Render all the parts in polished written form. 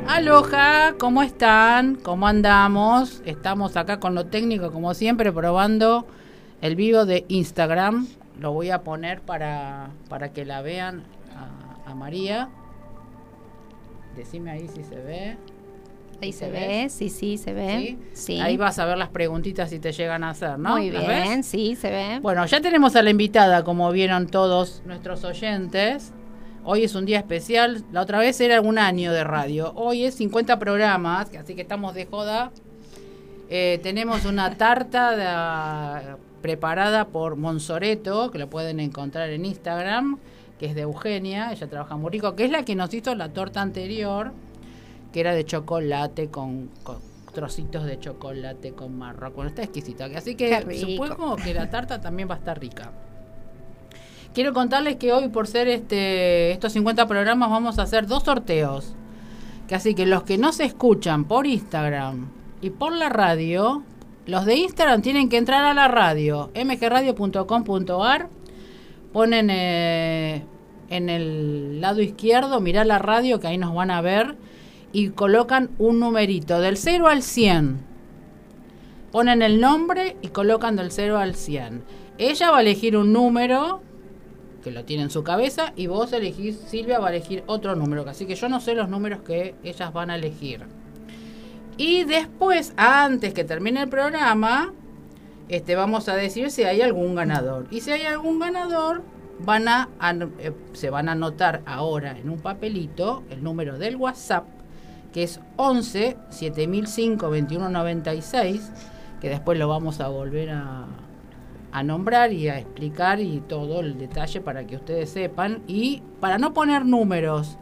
Aloha, ¿cómo están? ¿Cómo andamos? Estamos acá con lo técnico, como siempre, probando el vivo de Instagram. Lo voy a poner para que la vean a María. Decime ahí si se ve. Ahí se ve, sí, se ve. ¿Sí? Ahí vas a ver las preguntitas si te llegan a hacer, ¿no? Muy bien, sí, se ve. Bueno, ya tenemos a la invitada, como vieron todos nuestros oyentes. Hoy es un día especial. La otra vez era un año de radio. Hoy es 50 programas, así que estamos de joda. Tenemos una tarta preparada por Monsoreto, que lo pueden encontrar en Instagram, que es de Eugenia. Ella trabaja muy rico, que es la que nos hizo la torta anterior, que era de chocolate con trocitos de chocolate con marrón. Bueno, está exquisita. Así que supongo que la tarta también va a estar rica. Quiero contarles que hoy, por ser estos 50 programas, vamos a hacer 2 sorteos. Así que los que no se escuchan por Instagram y por la radio, los de Instagram tienen que entrar a la radio, mgradio.com.ar, ponen en el lado izquierdo, mirá la radio, que ahí nos van a ver, y colocan un numerito del 0 al 100. Ponen el nombre y colocan del 0 al 100. Ella va a elegir un número que lo tiene en su cabeza, y vos elegís, Silvia va a elegir otro número, así que yo no sé los números que ellas van a elegir. Y después, antes que termine el programa, vamos a decir si hay algún ganador. Y si hay algún ganador, se van a anotar ahora en un papelito el número del WhatsApp, que es 11 7005 2196, que después lo vamos a volver a nombrar y a explicar y todo el detalle para que ustedes sepan, y para no poner números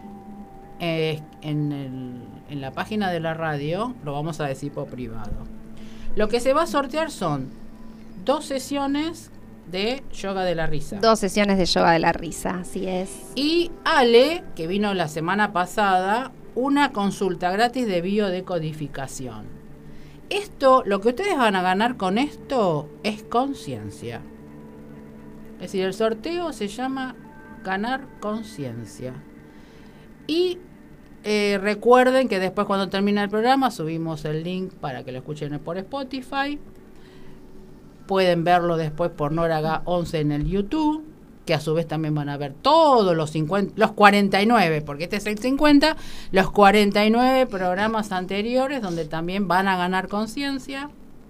en la página de la radio, lo vamos a decir por privado. Lo que se va a sortear son 2 sesiones de yoga de la risa. 2 sesiones de yoga de la risa, así es. Y Ale, que vino la semana pasada, una consulta gratis de biodecodificación. Lo que ustedes van a ganar con esto es conciencia. Es decir, el sorteo se llama Ganar Conciencia. Y recuerden que después, cuando termine el programa, subimos el link para que lo escuchen por Spotify. Pueden verlo después por Noraga 11 en el YouTube, que a su vez también van a ver todos los 49, porque este es el 50, los 49 programas anteriores, donde también van a ganar conciencia.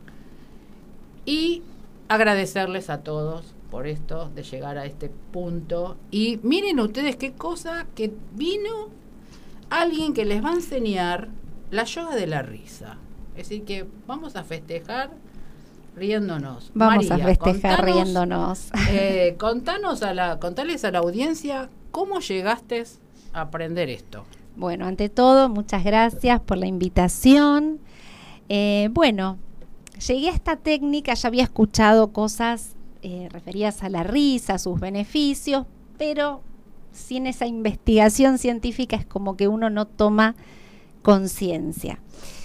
Y agradecerles a todos por esto, de llegar a este punto. Y miren ustedes qué cosa, que vino alguien que les va a enseñar la yoga de la risa. Es decir, que vamos a festejar riéndonos. Vamos María, a festejar riéndonos. Contales a la audiencia cómo llegaste a aprender esto. Bueno, ante todo, muchas gracias por la invitación. Bueno, llegué a esta técnica, ya había escuchado cosas referidas a la risa, sus beneficios, pero sin esa investigación científica es como que uno no toma conciencia.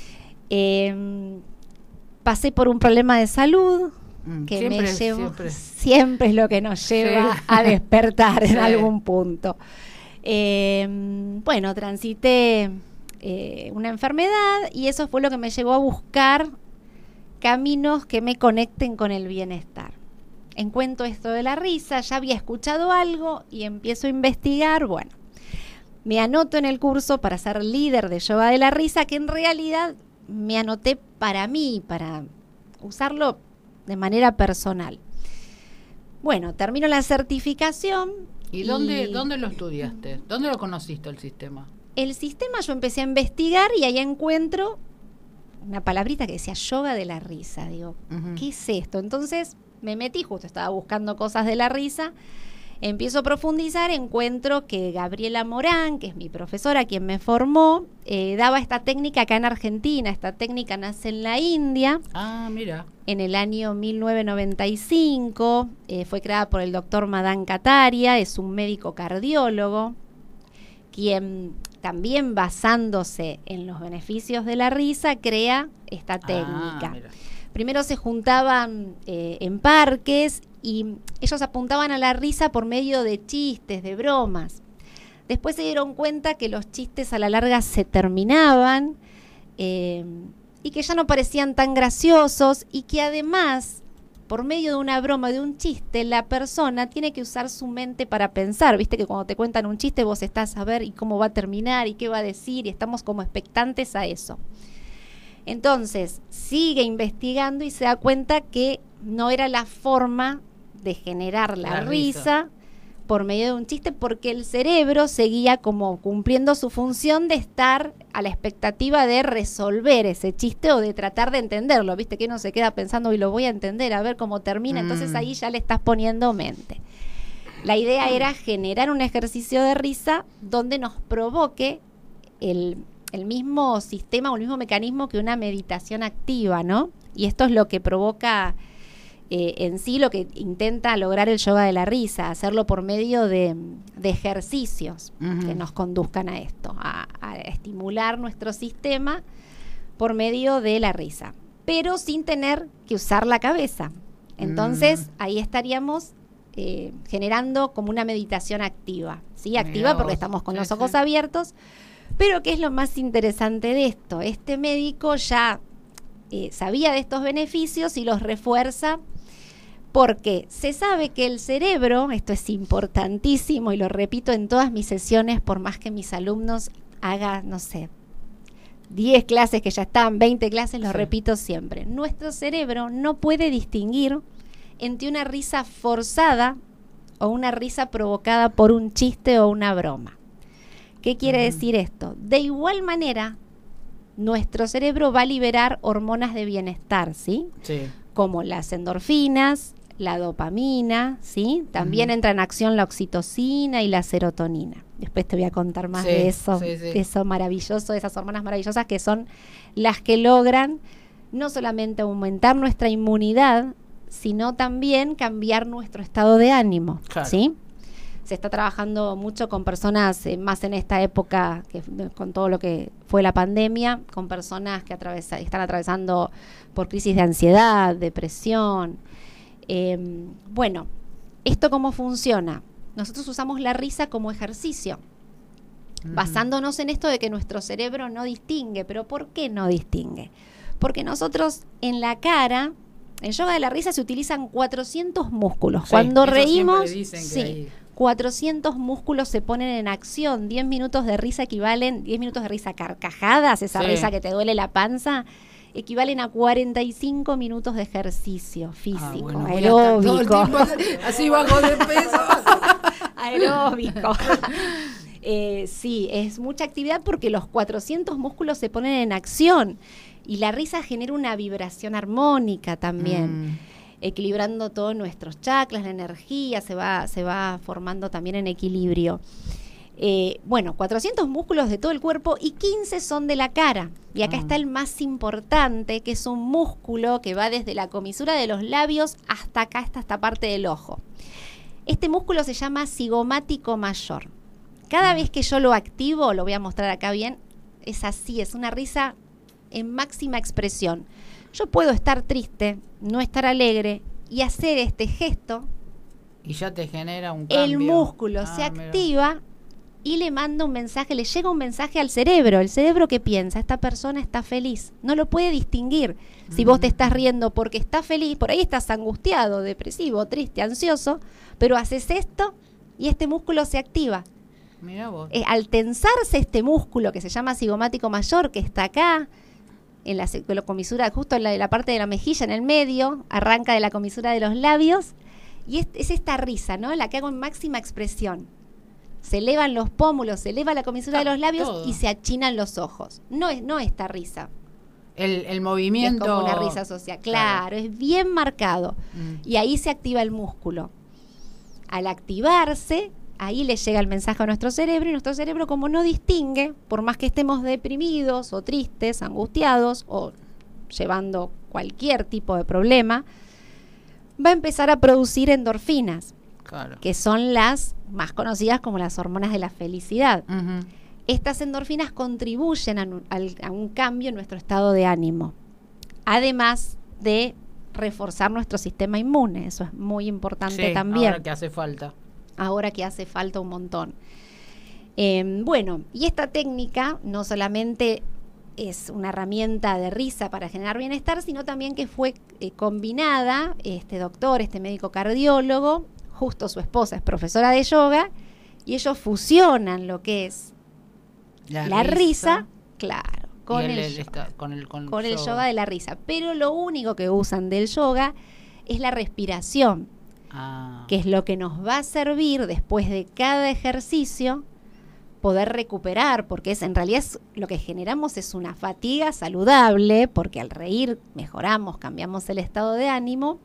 Pasé por un problema de salud que siempre es lo que nos lleva a despertar en algún punto. Bueno, transité una enfermedad, y eso fue lo que me llevó a buscar caminos que me conecten con el bienestar. Encuentro esto de la risa, ya había escuchado algo y empiezo a investigar. Bueno, me anoto en el curso para ser líder de yoga de la risa, que en realidad me anoté para mí, para usarlo de manera personal. Bueno, termino la certificación. ¿Y dónde lo estudiaste? ¿Dónde lo conociste el sistema? El sistema, yo empecé a investigar y ahí encuentro una palabrita que decía yoga de la risa. Digo, ¿qué es esto? Entonces me metí, justo estaba buscando cosas de la risa. Empiezo a profundizar, encuentro que Gabriela Morán, que es mi profesora, quien me formó, daba esta técnica acá en Argentina. Esta técnica nace en la India. Ah, mira. En el año 1995, fue creada por el doctor Madan Kataria, es un médico cardiólogo, quien también, basándose en los beneficios de la risa, crea esta técnica. Mira. Primero se juntaban en parques y ellos apuntaban a la risa por medio de chistes, de bromas. Después se dieron cuenta que los chistes a la larga se terminaban y que ya no parecían tan graciosos y que además, por medio de una broma, de un chiste, la persona tiene que usar su mente para pensar. Viste que cuando te cuentan un chiste vos estás a ver y cómo va a terminar y qué va a decir y estamos como expectantes a eso. Entonces sigue investigando y se da cuenta que no era la forma de generar la risa por medio de un chiste, porque el cerebro seguía como cumpliendo su función de estar a la expectativa de resolver ese chiste o de tratar de entenderlo. Viste que uno se queda pensando y lo voy a entender, a ver cómo termina. Entonces ahí ya le estás poniendo mente. La idea era generar un ejercicio de risa donde nos provoque el mismo sistema o el mismo mecanismo que una meditación activa, ¿no? Y esto es lo que provoca en sí, lo que intenta lograr el yoga de la risa, hacerlo por medio de ejercicios que nos conduzcan a esto, a estimular nuestro sistema por medio de la risa, pero sin tener que usar la cabeza. Entonces, ahí estaríamos generando como una meditación activa, ¿sí? Activa porque estamos con los ojos abiertos. Pero ¿qué es lo más interesante de esto? Este médico ya sabía de estos beneficios y los refuerza porque se sabe que el cerebro, esto es importantísimo y lo repito en todas mis sesiones, por más que mis alumnos hagan, no sé, 10 clases que ya están, 20 clases, lo repito siempre. Nuestro cerebro no puede distinguir entre una risa forzada o una risa provocada por un chiste o una broma. ¿Qué quiere decir esto? De igual manera, nuestro cerebro va a liberar hormonas de bienestar, ¿sí? Sí. Como las endorfinas, la dopamina, ¿sí? También entra en acción la oxitocina y la serotonina. Después te voy a contar más de eso, de eso maravilloso, de esas hormonas maravillosas que son las que logran no solamente aumentar nuestra inmunidad, sino también cambiar nuestro estado de ánimo, ¿sí? Se está trabajando mucho con personas, más en esta época, con todo lo que fue la pandemia, con personas que están atravesando por crisis de ansiedad, depresión. Bueno, ¿esto cómo funciona? Nosotros usamos la risa como ejercicio, basándonos en esto de que nuestro cerebro no distingue. ¿Pero por qué no distingue? Porque nosotros en la cara, en yoga de la risa se utilizan 400 músculos. Sí, cuando reímos, 400 músculos se ponen en acción. 10 minutos de risa equivalen, 10 minutos de risa carcajadas, esa risa que te duele la panza, equivalen a 45 minutos de ejercicio físico, aeróbico. Así bajo de peso. Aeróbico. Sí, es mucha actividad porque los 400 músculos se ponen en acción y la risa genera una vibración armónica también. Equilibrando todos nuestros chakras, la energía se va formando también en equilibrio. Bueno, 400 músculos de todo el cuerpo y 15 son de la cara. Y acá está el más importante, que es un músculo que va desde la comisura de los labios hasta acá, hasta esta parte del ojo. Este músculo se llama cigomático mayor. Cada vez que yo lo activo, lo voy a mostrar acá bien, es así, es una risa en máxima expresión. Yo puedo estar triste, no estar alegre y hacer este gesto. Y ya te genera un cambio. El músculo se activa y le manda un mensaje, le llega un mensaje al cerebro. El cerebro que piensa, esta persona está feliz. No lo puede distinguir. Si vos te estás riendo porque está feliz, por ahí estás angustiado, depresivo, triste, ansioso, pero haces esto y este músculo se activa. Mirá vos. Al tensarse este músculo que se llama cigomático mayor, que está acá, en la comisura, justo en la parte de la mejilla, en el medio, arranca de la comisura de los labios, y es esta risa, ¿no? La que hago en máxima expresión. Se elevan los pómulos, se eleva la comisura de los labios y se achinan los ojos. No esta risa. El movimiento. Es como una risa social. Claro, es bien marcado. Y ahí se activa el músculo. Al activarse, ahí le llega el mensaje a nuestro cerebro, y nuestro cerebro, como no distingue, por más que estemos deprimidos o tristes, angustiados o llevando cualquier tipo de problema, va a empezar a producir endorfinas, que son las más conocidas como las hormonas de la felicidad. Estas endorfinas contribuyen a un cambio en nuestro estado de ánimo, además de reforzar nuestro sistema inmune. Eso es muy importante también. Ahora que hace falta. Ahora que hace falta un montón. Bueno, y esta técnica no solamente es una herramienta de risa para generar bienestar, sino también que fue combinada, este doctor, este médico cardiólogo, justo su esposa es profesora de yoga, y ellos fusionan lo que es la risa, claro, con el yoga de la risa. Pero lo único que usan del yoga es la respiración, que es lo que nos va a servir después de cada ejercicio poder recuperar, porque en realidad lo que generamos es una fatiga saludable, porque al reír mejoramos, cambiamos el estado de ánimo,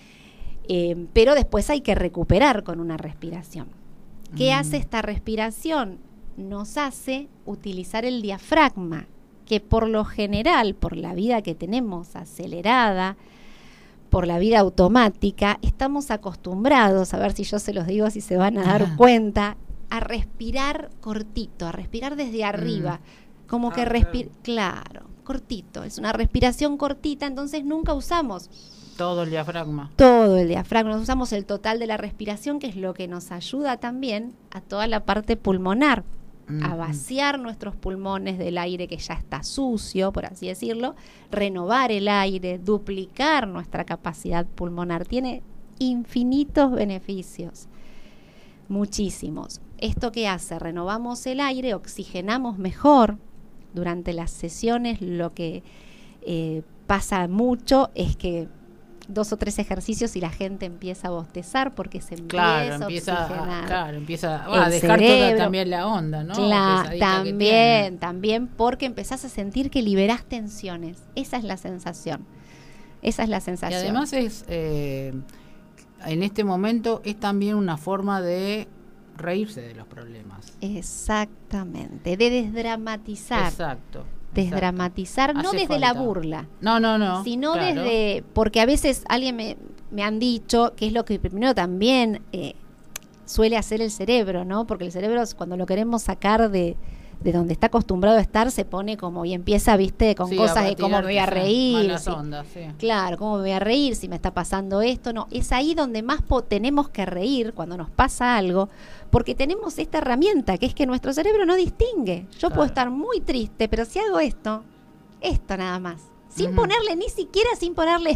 pero después hay que recuperar con una respiración. ¿Qué hace esta respiración? Nos hace utilizar el diafragma, que por lo general, por la vida que tenemos acelerada, por la vida automática, estamos acostumbrados, a ver si yo se los digo, si se van a dar cuenta, a respirar cortito, a respirar desde arriba, como que claro, cortito, es una respiración cortita, entonces nunca usamos todo el diafragma. Todo el diafragma, nos usamos el total de la respiración, que es lo que nos ayuda también a toda la parte pulmonar, a vaciar nuestros pulmones del aire que ya está sucio, por así decirlo, renovar el aire, duplicar nuestra capacidad pulmonar. Tiene infinitos beneficios, muchísimos. ¿Esto qué hace? Renovamos el aire, oxigenamos mejor. Durante las sesiones lo que pasa mucho es que 2 o 3 ejercicios y la gente empieza a bostezar porque se empieza a oxigenar. Empieza a dejar toda también la onda, ¿no? Claro, también porque empezás a sentir que liberás tensiones. Esa es la sensación. Y además es, en este momento, es también una forma de reírse de los problemas. Exactamente, de desdramatizar. Exacto. Desdramatizar, no desde la burla. No. Sino desde, porque a veces alguien me han dicho que es lo que primero también suele hacer el cerebro, ¿no? Porque el cerebro, cuando lo queremos sacar de donde está acostumbrado a estar, se pone como y empieza, viste, con cosas de cómo me voy a reír. Claro, cómo me voy a reír si me está pasando esto. No, es ahí donde más tenemos que reír cuando nos pasa algo, porque tenemos esta herramienta que es que nuestro cerebro no distingue. Yo puedo estar muy triste, pero si hago esto nada más, sin ponerle, ni siquiera sin ponerle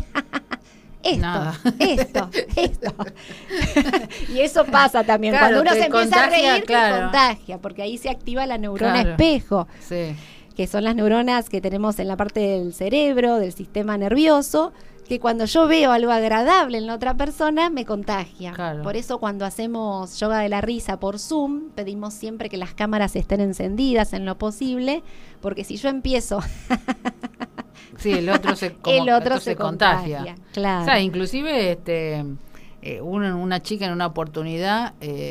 esto. Y eso pasa también. Cuando uno se empieza a reír, te contagia, porque ahí se activa la neurona espejo, que son las neuronas que tenemos en la parte del cerebro, del sistema nervioso, que cuando yo veo algo agradable en la otra persona, me contagia. Por eso cuando hacemos yoga de la risa por Zoom, pedimos siempre que las cámaras estén encendidas en lo posible, porque si yo empiezo... el otro se contagia. Claro. O sea, inclusive una chica en una oportunidad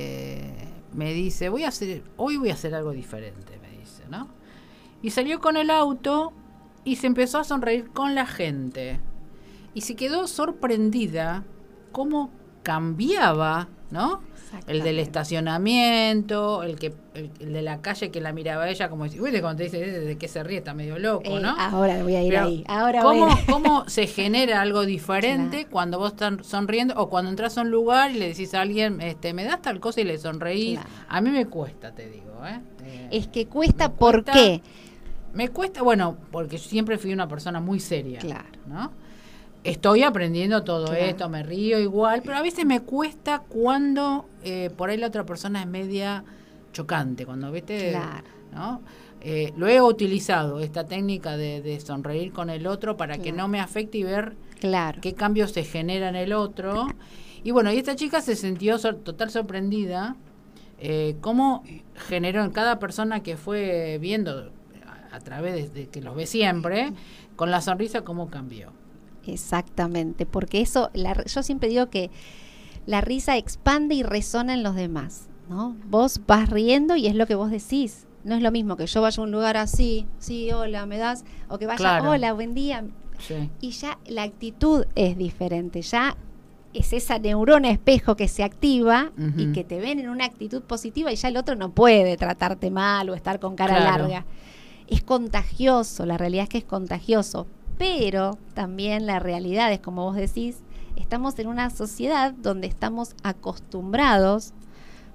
me dice, hoy voy a hacer algo diferente, me dice, ¿no? Y salió con el auto y se empezó a sonreír con la gente. Y se quedó sorprendida cómo cambiaba, ¿no? El del estacionamiento, el de la calle que la miraba a ella como dice, uy, cuando te dice de qué se ríe, está medio loco, ¿no? Ahora voy a ir ahí. ¿Cómo se genera algo diferente cuando vos estás sonriendo o cuando entras a un lugar y le decís a alguien, me das tal cosa y le sonreís? A mí me cuesta, te digo, es que cuesta, ¿por qué? Me cuesta, bueno, porque yo siempre fui una persona muy seria, ¿no? Estoy aprendiendo todo esto, me río igual, pero a veces me cuesta cuando por ahí la otra persona es media chocante, cuando, ¿viste? ¿No? Lo he utilizado, esta técnica de sonreír con el otro para que no me afecte y ver qué cambios se genera en el otro. Y bueno, y esta chica se sintió total sorprendida, cómo generó en cada persona que fue viendo a través de que los ve siempre, con la sonrisa, cómo cambió. Exactamente, porque eso, yo siempre digo que la risa expande y resona en los demás, ¿no? Vos vas riendo y es lo que vos decís. No es lo mismo que yo vaya a un lugar así, sí, hola, me das, o que vaya, hola, buen día. Y ya la actitud es diferente, ya es esa neurona espejo que se activa y que te ven en una actitud positiva y ya el otro no puede tratarte mal o estar con cara larga. Es contagioso, la realidad es que es contagioso. Pero también la realidad es, como vos decís, estamos en una sociedad donde estamos acostumbrados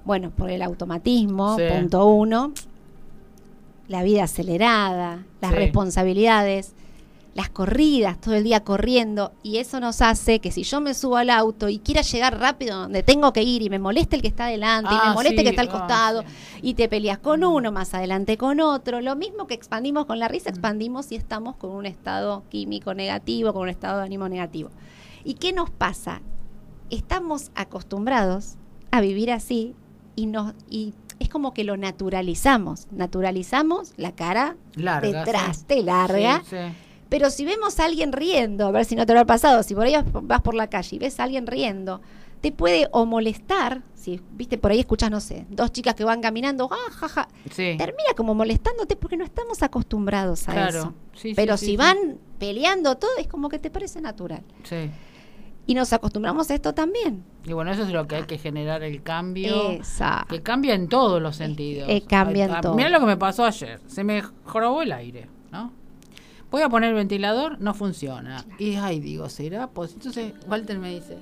Bueno, por el automatismo, Sí. punto 1, la vida acelerada, las Sí. responsabilidades, las corridas, todo el día corriendo, y eso nos hace que si yo me subo al auto y quiera llegar rápido donde tengo que ir y me molesta el que está adelante y me molesta el que está al costado y te peleas con uno, más adelante con otro, lo mismo que expandimos con la risa, expandimos si estamos con un estado químico negativo, con un estado de ánimo negativo. ¿Y qué nos pasa? Estamos acostumbrados a vivir así y es como que lo naturalizamos la cara Larga, de larga. Sí, sí. Pero si vemos a alguien riendo, a ver si no te lo ha pasado, si por ahí vas por la calle y ves a alguien riendo, te puede o molestar, si viste por ahí escuchas, no sé, 2 chicas que van caminando, jaja, Sí. termina como molestándote porque no estamos acostumbrados a Claro. eso. Sí, Pero sí, si sí, van peleando todo, es como que te parece natural. Sí. Y nos acostumbramos a esto también. Y bueno, eso es lo que hay que generar el cambio. Exacto. Que cambia en todos los sentidos. Cambia en todo. Mirá lo que me pasó ayer. Se me jorobó el aire, ¿no? Voy a poner el ventilador, no funciona. Claro. Y ay, digo, ¿será? Pues entonces Walter me dice,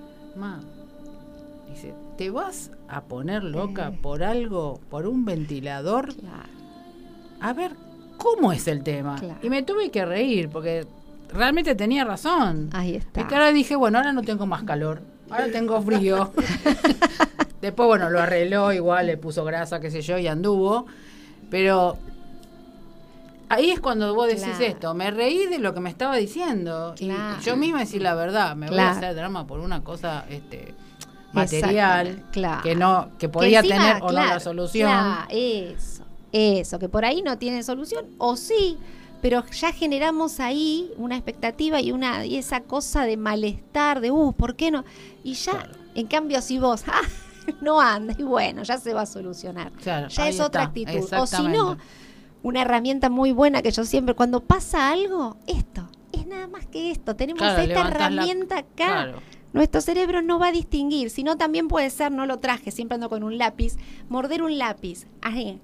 dice, ¿te vas a poner loca por algo, por un ventilador? Claro. A ver, ¿cómo es el tema? Claro. Y me tuve que reír porque realmente tenía razón. Ahí está. Y que ahora dije, bueno, ahora no tengo más calor, ahora tengo frío. Después, bueno, lo arregló, igual le puso grasa, qué sé yo, y anduvo. Pero ahí es cuando vos decís Claro. esto, me reí de lo que me estaba diciendo. Claro. Y yo misma decir la verdad, me voy a Claro. hacer drama por una cosa material Exactamente, claro. que podía Que encima, tener o no la solución. Claro, eso, que por ahí no tiene solución, o sí, pero ya generamos ahí una expectativa y esa cosa de malestar, de ¿por qué no? Y ya, Claro. en cambio, si vos no anda, y bueno, ya se va a solucionar. Claro, Ya ahí es otra está, actitud. O si exactamente. no, una herramienta muy buena que yo siempre, cuando pasa algo, esto, es nada más que esto. Tenemos Claro, esta levantás herramienta acá. Claro. Nuestro cerebro no va a distinguir, sino también puede ser, no lo traje, siempre ando con un lápiz, morder un lápiz. Así.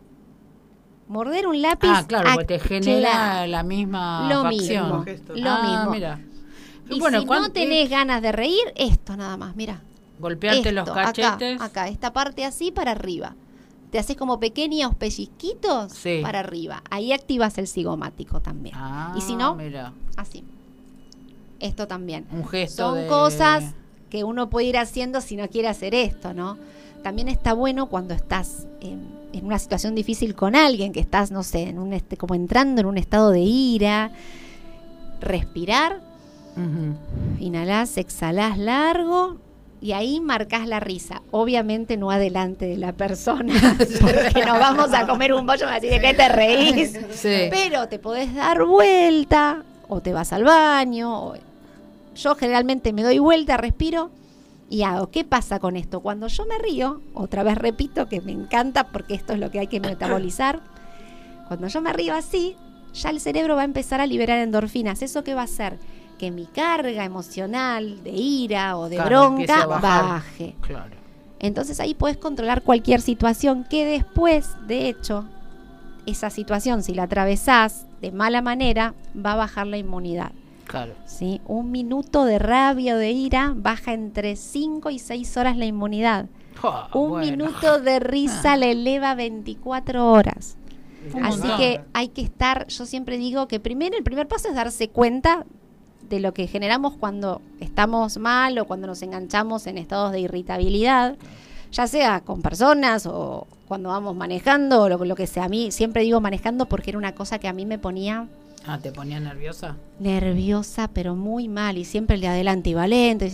Morder un lápiz. Claro, porque te genera claro, la misma lo facción. mismo. Gesto. Lo mismo. Mira. Y Bueno, si no tenés ganas de reír, esto nada más, mira. golpearte los cachetes. Acá, esta parte así para arriba. Te haces como pequeños pellizquitos Sí. para arriba. Ahí activas el cigomático también. Y si no, mira, así. Esto también. un gesto Son de cosas que uno puede ir haciendo si no quiere hacer esto, ¿no? También está bueno cuando estás en una situación difícil con alguien, que estás, no sé, como entrando en un estado de ira, respirar, Ujú. inhalás, exhalás largo y ahí marcás la risa. Obviamente no adelante de la persona, porque nos vamos a comer un bollo y me decís, ¿de qué te reís? Sí. Pero te podés dar vuelta o te vas al baño. Yo generalmente me doy vuelta, respiro y hago. ¿Qué pasa con esto? Cuando yo me río, otra vez repito que me encanta porque esto es lo que hay que metabolizar. Cuando yo me río así, ya el cerebro va a empezar a liberar endorfinas. ¿Eso qué va a hacer? Que mi carga emocional de ira o de Claro, empiece bronca a bajar. baje. Claro. Entonces ahí puedes controlar cualquier situación que después, de hecho, esa situación, si la atravesás de mala manera, va a bajar la inmunidad. Claro. ¿Sí? 1 minuto de rabia o de ira baja entre 5 y 6 horas la inmunidad. Un minuto de risa le eleva 24 horas. Un Así montón. que hay que estar, yo siempre digo que primero, el primer paso es darse cuenta de lo que generamos cuando estamos mal o cuando nos enganchamos en estados de irritabilidad, ya sea con personas o cuando vamos manejando o lo que sea. A mí siempre digo manejando porque era una cosa que a mí me ponía ¿te ponías nerviosa? nerviosa, pero muy mal, y siempre el de adelante iba lento.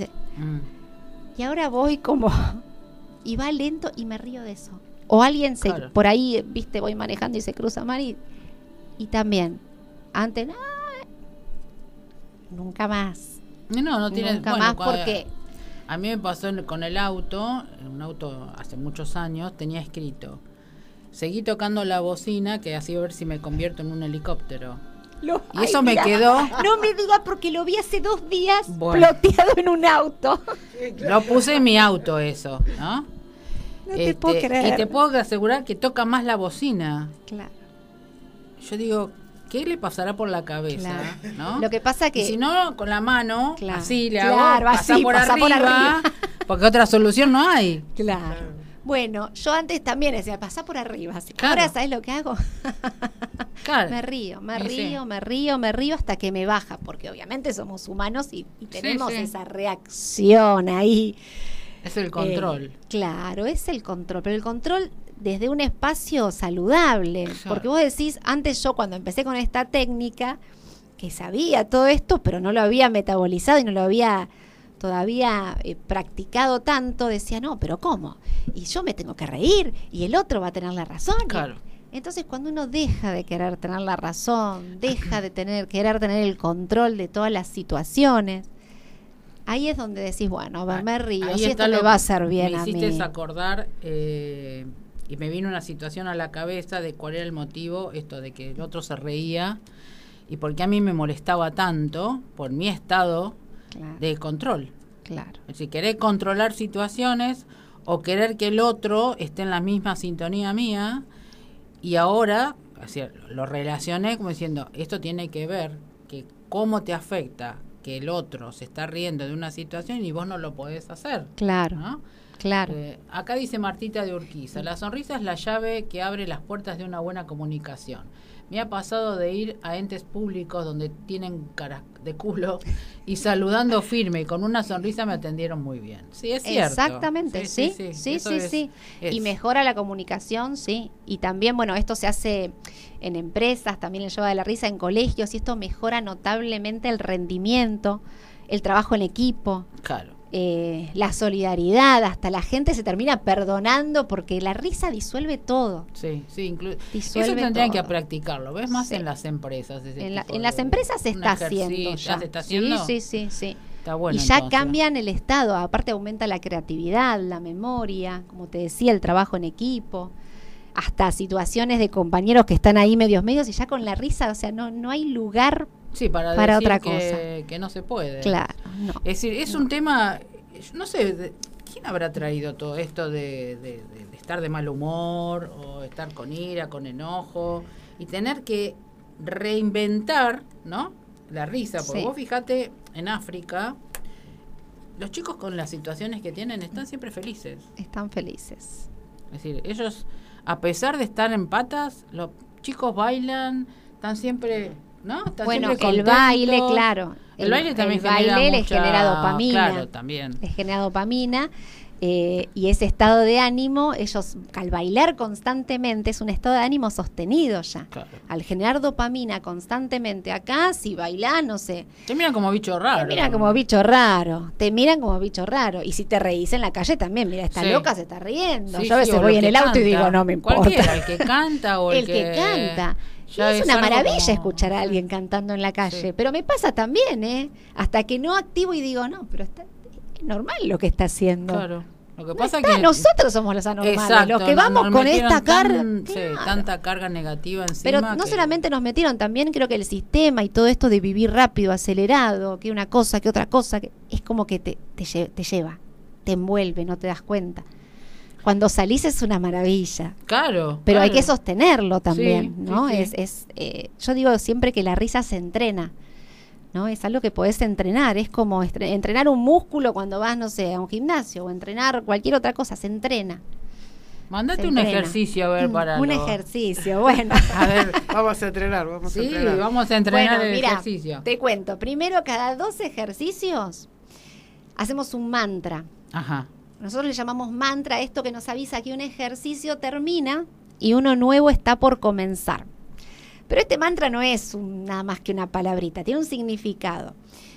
Y ahora voy como, y va lento y me río de eso. O alguien Claro. por ahí, viste, voy manejando y se cruza mal y también, antes, nunca más. No tienes. Nunca bueno, más porque... A mí me pasó con el auto, un auto hace muchos años, tenía escrito: seguí tocando la bocina, que así a ver si me convierto en un helicóptero. Y eso me quedó. No me digas porque lo vi hace 2 días Bueno. ploteado en un auto. Lo puse en mi auto eso, ¿no? No te puedo creer. Y te puedo asegurar que toca más la bocina. Claro. Yo digo, ¿qué le pasará por la cabeza? Claro. ¿No? Lo que pasa que... Y si no, con la mano, Claro. así le Claro, hago, así, pasar por pasá por arriba, arriba. porque otra solución no hay. Claro. Bueno, yo antes también decía, pasá por arriba. Así. Claro. Ahora, ¿sabes lo que hago? Claro. Me río Sí. hasta que me baja, porque obviamente somos humanos y tenemos sí. esa reacción ahí. Es el control. Claro, es el control, pero el control desde un espacio saludable. Claro. Porque vos decís, antes yo cuando empecé con esta técnica, que sabía todo esto, pero no lo había metabolizado y no lo había todavía practicado tanto, decía, no, pero ¿cómo? Y yo me tengo que reír y el otro va a tener la razón. Claro. Entonces, cuando uno deja de querer tener la razón, deja de querer tener el control de todas las situaciones, ahí es donde decís, bueno, a ver, me río, Ahí si está esto me va a hacer bien a Me mí. hiciste acordar, y me vino una situación a la cabeza de cuál era el motivo, esto de que el otro se reía, y por qué a mí me molestaba tanto por mi estado Claro, de control. claro. Es decir, querer controlar situaciones o querer que el otro esté en la misma sintonía mía, y ahora lo relacioné como diciendo, esto tiene que ver que cómo te afecta que el otro se está riendo de una situación y vos no lo podés hacer. Claro, ¿No? claro. Acá dice Martita de Urquiza, la sonrisa es la llave que abre las puertas de una buena comunicación. Me ha pasado de ir a entes públicos donde tienen cara de culo y saludando firme y con una sonrisa me atendieron muy bien. Sí, es cierto. Exactamente, sí. Y mejora la comunicación, sí. Y también, bueno, esto se hace en empresas, también el yoga de la risa en colegios, y esto mejora notablemente el rendimiento, el trabajo en equipo. Claro. La solidaridad, hasta la gente se termina perdonando porque la risa disuelve todo. Sí, Disuelve eso tendrían todo. que practicarlo, ¿ves? Más Sí. en las empresas. En las empresas se está haciendo ya. ¿Se está haciendo? Sí. Está bueno, y ya entonces. cambian el estado, aparte aumenta la creatividad, la memoria, como te decía, el trabajo en equipo, hasta situaciones de compañeros que están ahí medios y ya con la risa, o sea, no hay lugar para decir otra cosa. Que no se puede. Claro, no. Es decir, es un tema, no sé, ¿quién habrá traído todo esto de estar de mal humor o estar con ira, con enojo y tener que reinventar, ¿no? La risa, porque Sí. vos fíjate, en África, los chicos con las situaciones que tienen están siempre felices. Están felices. Es decir, ellos, a pesar de estar en patas, los chicos bailan, están siempre, ¿no? Están Bueno, siempre el contentos. baile, claro. El baile también el baile les mucha- genera dopamina. Claro, también. Les genera dopamina. Y ese estado de ánimo, ellos al bailar constantemente, es un estado de ánimo sostenido ya. Claro. Al generar dopamina constantemente acá, si bailás, no sé, Te miran como bicho raro. te miran como bicho raro. Y si te reís en la calle también, mira, esta Sí. loca se está riendo. Sí, Yo a veces sí, o voy lo en que el auto y canta. digo, no me importa. Cualquiera, el que canta o el que canta. Ya Y es una algo maravilla como- escuchar a alguien cantando en la calle. Sí. Pero me pasa también, ¿eh? Hasta que no activo y digo, no, pero es normal lo que está haciendo. Claro. Lo que No pasa está, que nosotros somos los anormales, Exacto, los que nos vamos con metieron esta carga. sí, tanta carga negativa encima. Pero no que- solamente nos metieron, también creo que el sistema y todo esto de vivir rápido, acelerado, que una cosa, que otra cosa, que es como que te lleva, te envuelve, no te das cuenta. Cuando salís es una maravilla, Claro. pero hay claro. que sostenerlo también, Sí, ¿no? sí, sí. Yo digo siempre que la risa se entrena, ¿no? Es algo que podés entrenar, es como entrenar un músculo cuando vas, no sé, a un gimnasio o entrenar cualquier otra cosa, se entrena. Mandate Se un entrena. ejercicio a ver para un lo- ejercicio, bueno. A ver, Vamos a entrenar, sí, vamos a entrenar Bueno, el mira, ejercicio. te cuento, primero cada 2 ejercicios hacemos un mantra. Ajá. Nosotros le llamamos mantra a esto que nos avisa que un ejercicio termina y uno nuevo está por comenzar. Pero este mantra no es nada más que una palabrita, tiene un significado.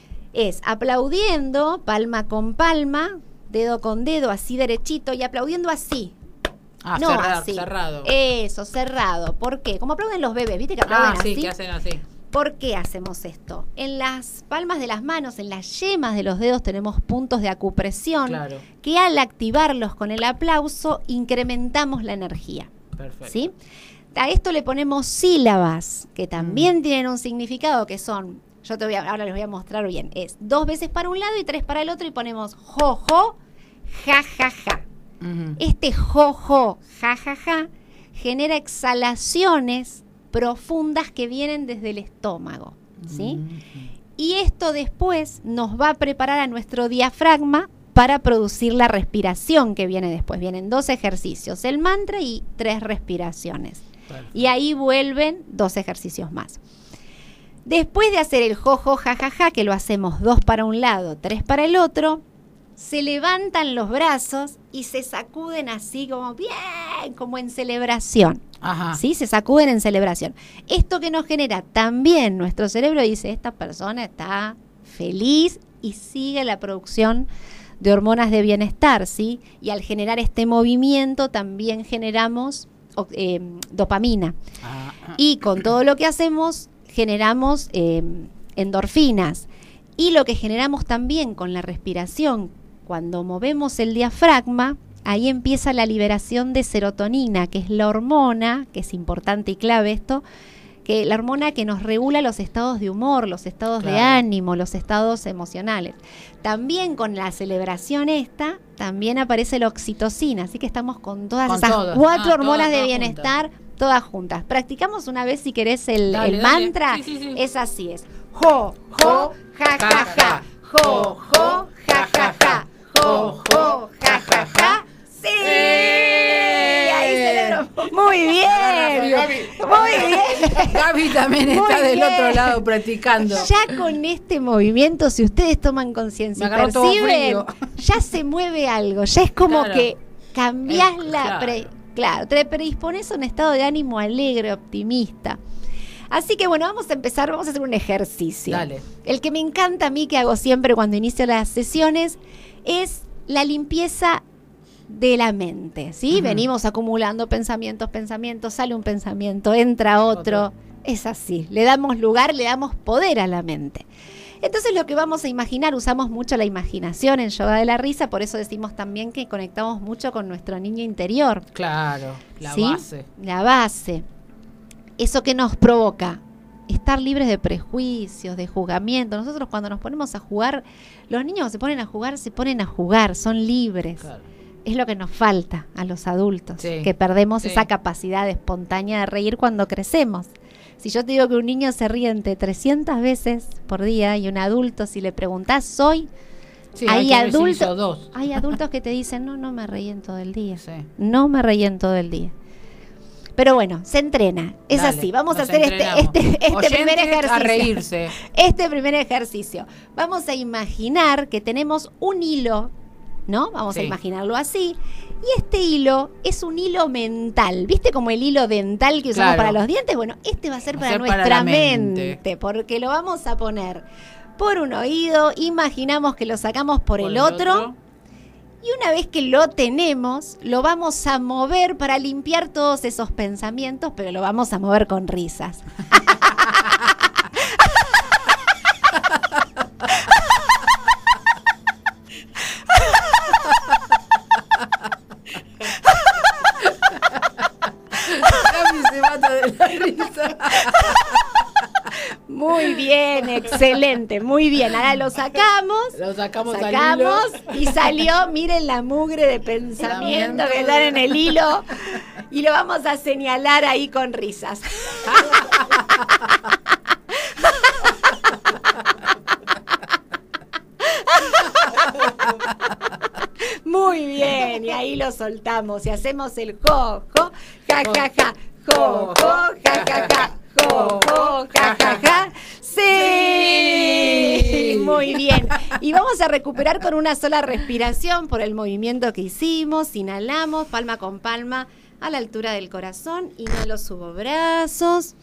Es aplaudiendo, palma con palma, dedo con dedo, así derechito, y aplaudiendo así. Ah, no así. cerrado. Eso, cerrado. ¿Por qué? Como aplauden los bebés, ¿viste que aplauden Sí, así? que hacen así. ¿Por qué hacemos esto? En las palmas de las manos, en las yemas de los dedos tenemos puntos de acupresión Claro. que al activarlos con el aplauso incrementamos la energía. Perfecto. ¿Sí? A esto le ponemos sílabas que también tienen un significado que son, ahora les voy a mostrar bien, es 2 veces para un lado y 3 para el otro y ponemos jo, jo, ja, ja, ja. Ujú. Este jo, ja, ja, ja genera exhalaciones profundas que vienen desde el estómago, ¿sí? Ujú. Y esto después nos va a preparar a nuestro diafragma para producir la respiración que viene después. Vienen 2 ejercicios, el mantra y 3 respiraciones. Perfecto. Y ahí vuelven 2 ejercicios más. Después de hacer el jojo, jajaja, que lo hacemos 2 para un lado, 3 para el otro, se levantan los brazos y se sacuden así como bien, como en celebración. Ajá. ¿Sí? Se sacuden en celebración. Esto que nos genera también nuestro cerebro dice, esta persona está feliz y sigue la producción de hormonas de bienestar, ¿sí? Y al generar este movimiento también generamos dopamina. Y con todo lo que hacemos generamos endorfinas. Y lo que generamos también con la respiración, cuando movemos el diafragma, ahí empieza la liberación de serotonina, que es la hormona, que es importante y clave esto, que la hormona que nos regula los estados de humor, los estados de ánimo, los estados emocionales. También con la celebración esta, también aparece la oxitocina, así que estamos con todas esas 4 hormonas de bienestar, todas juntas. Practicamos una vez, si querés, el mantra. Sí. Es así, es jo, jo, ja, ja, ja, jo, jo, ja, ja, ja, jo, jo, ja, ja, ja. ¡Sí! Ahí celebramos. Muy bien. Muy bien. Gaby también está del otro lado practicando. Ya con este movimiento, si ustedes toman conciencia y perciben, ya se mueve algo. Ya es como que cambiás te predispones a un estado de ánimo alegre, optimista. Así que bueno, vamos a empezar, vamos a hacer un ejercicio. Dale. El que me encanta a mí, que hago siempre cuando inicio las sesiones, es la limpieza de la mente, ¿sí? Venimos acumulando pensamientos, sale un pensamiento, entra otro. Es así, le damos lugar, le damos poder a la mente. Entonces lo que vamos a imaginar, usamos mucho la imaginación en Yoga de la Risa, por eso decimos también que conectamos mucho con nuestro niño interior. Claro, base. La base. Eso que nos provoca estar libres de prejuicios, de juzgamiento. Nosotros cuando nos ponemos a jugar, los niños se ponen a jugar, son libres. Claro. Es lo que nos falta a los adultos, que perdemos esa capacidad espontánea de reír cuando crecemos. Si yo te digo que un niño se ríe entre 300 veces por día y un adulto, si le preguntás hoy, hay adultos que te dicen, no me reí en todo el día. No me reí en todo el día. Pero bueno, se entrena. Es así. Vamos a hacer este primer ejercicio. A reírse. Este primer ejercicio. Vamos a imaginar que tenemos un hilo, ¿no? Vamos a imaginarlo así. Y este hilo es un hilo mental. ¿Viste como el hilo dental que usamos para los dientes? Bueno, este va a ser para nuestra mente, porque lo vamos a poner por un oído, imaginamos que lo sacamos por el otro. Y una vez que lo tenemos, lo vamos a mover para limpiar todos esos pensamientos, pero lo vamos a mover con risas. Se mata de la risa. Muy bien, excelente, muy bien. Ahora lo sacamos y salió, miren la mugre de pensamiento que están en el hilo y lo vamos a señalar ahí con risas. Muy bien, y ahí lo soltamos y hacemos el jo, jo, ja, ja, ja, jo, jo, ja, ja, ja. Jo, jo, ja, ja, ja. ¡Sí! Muy bien. Y vamos a recuperar con una sola respiración por el movimiento que hicimos. Inhalamos, palma con palma, a la altura del corazón. Inhalo, subo brazos.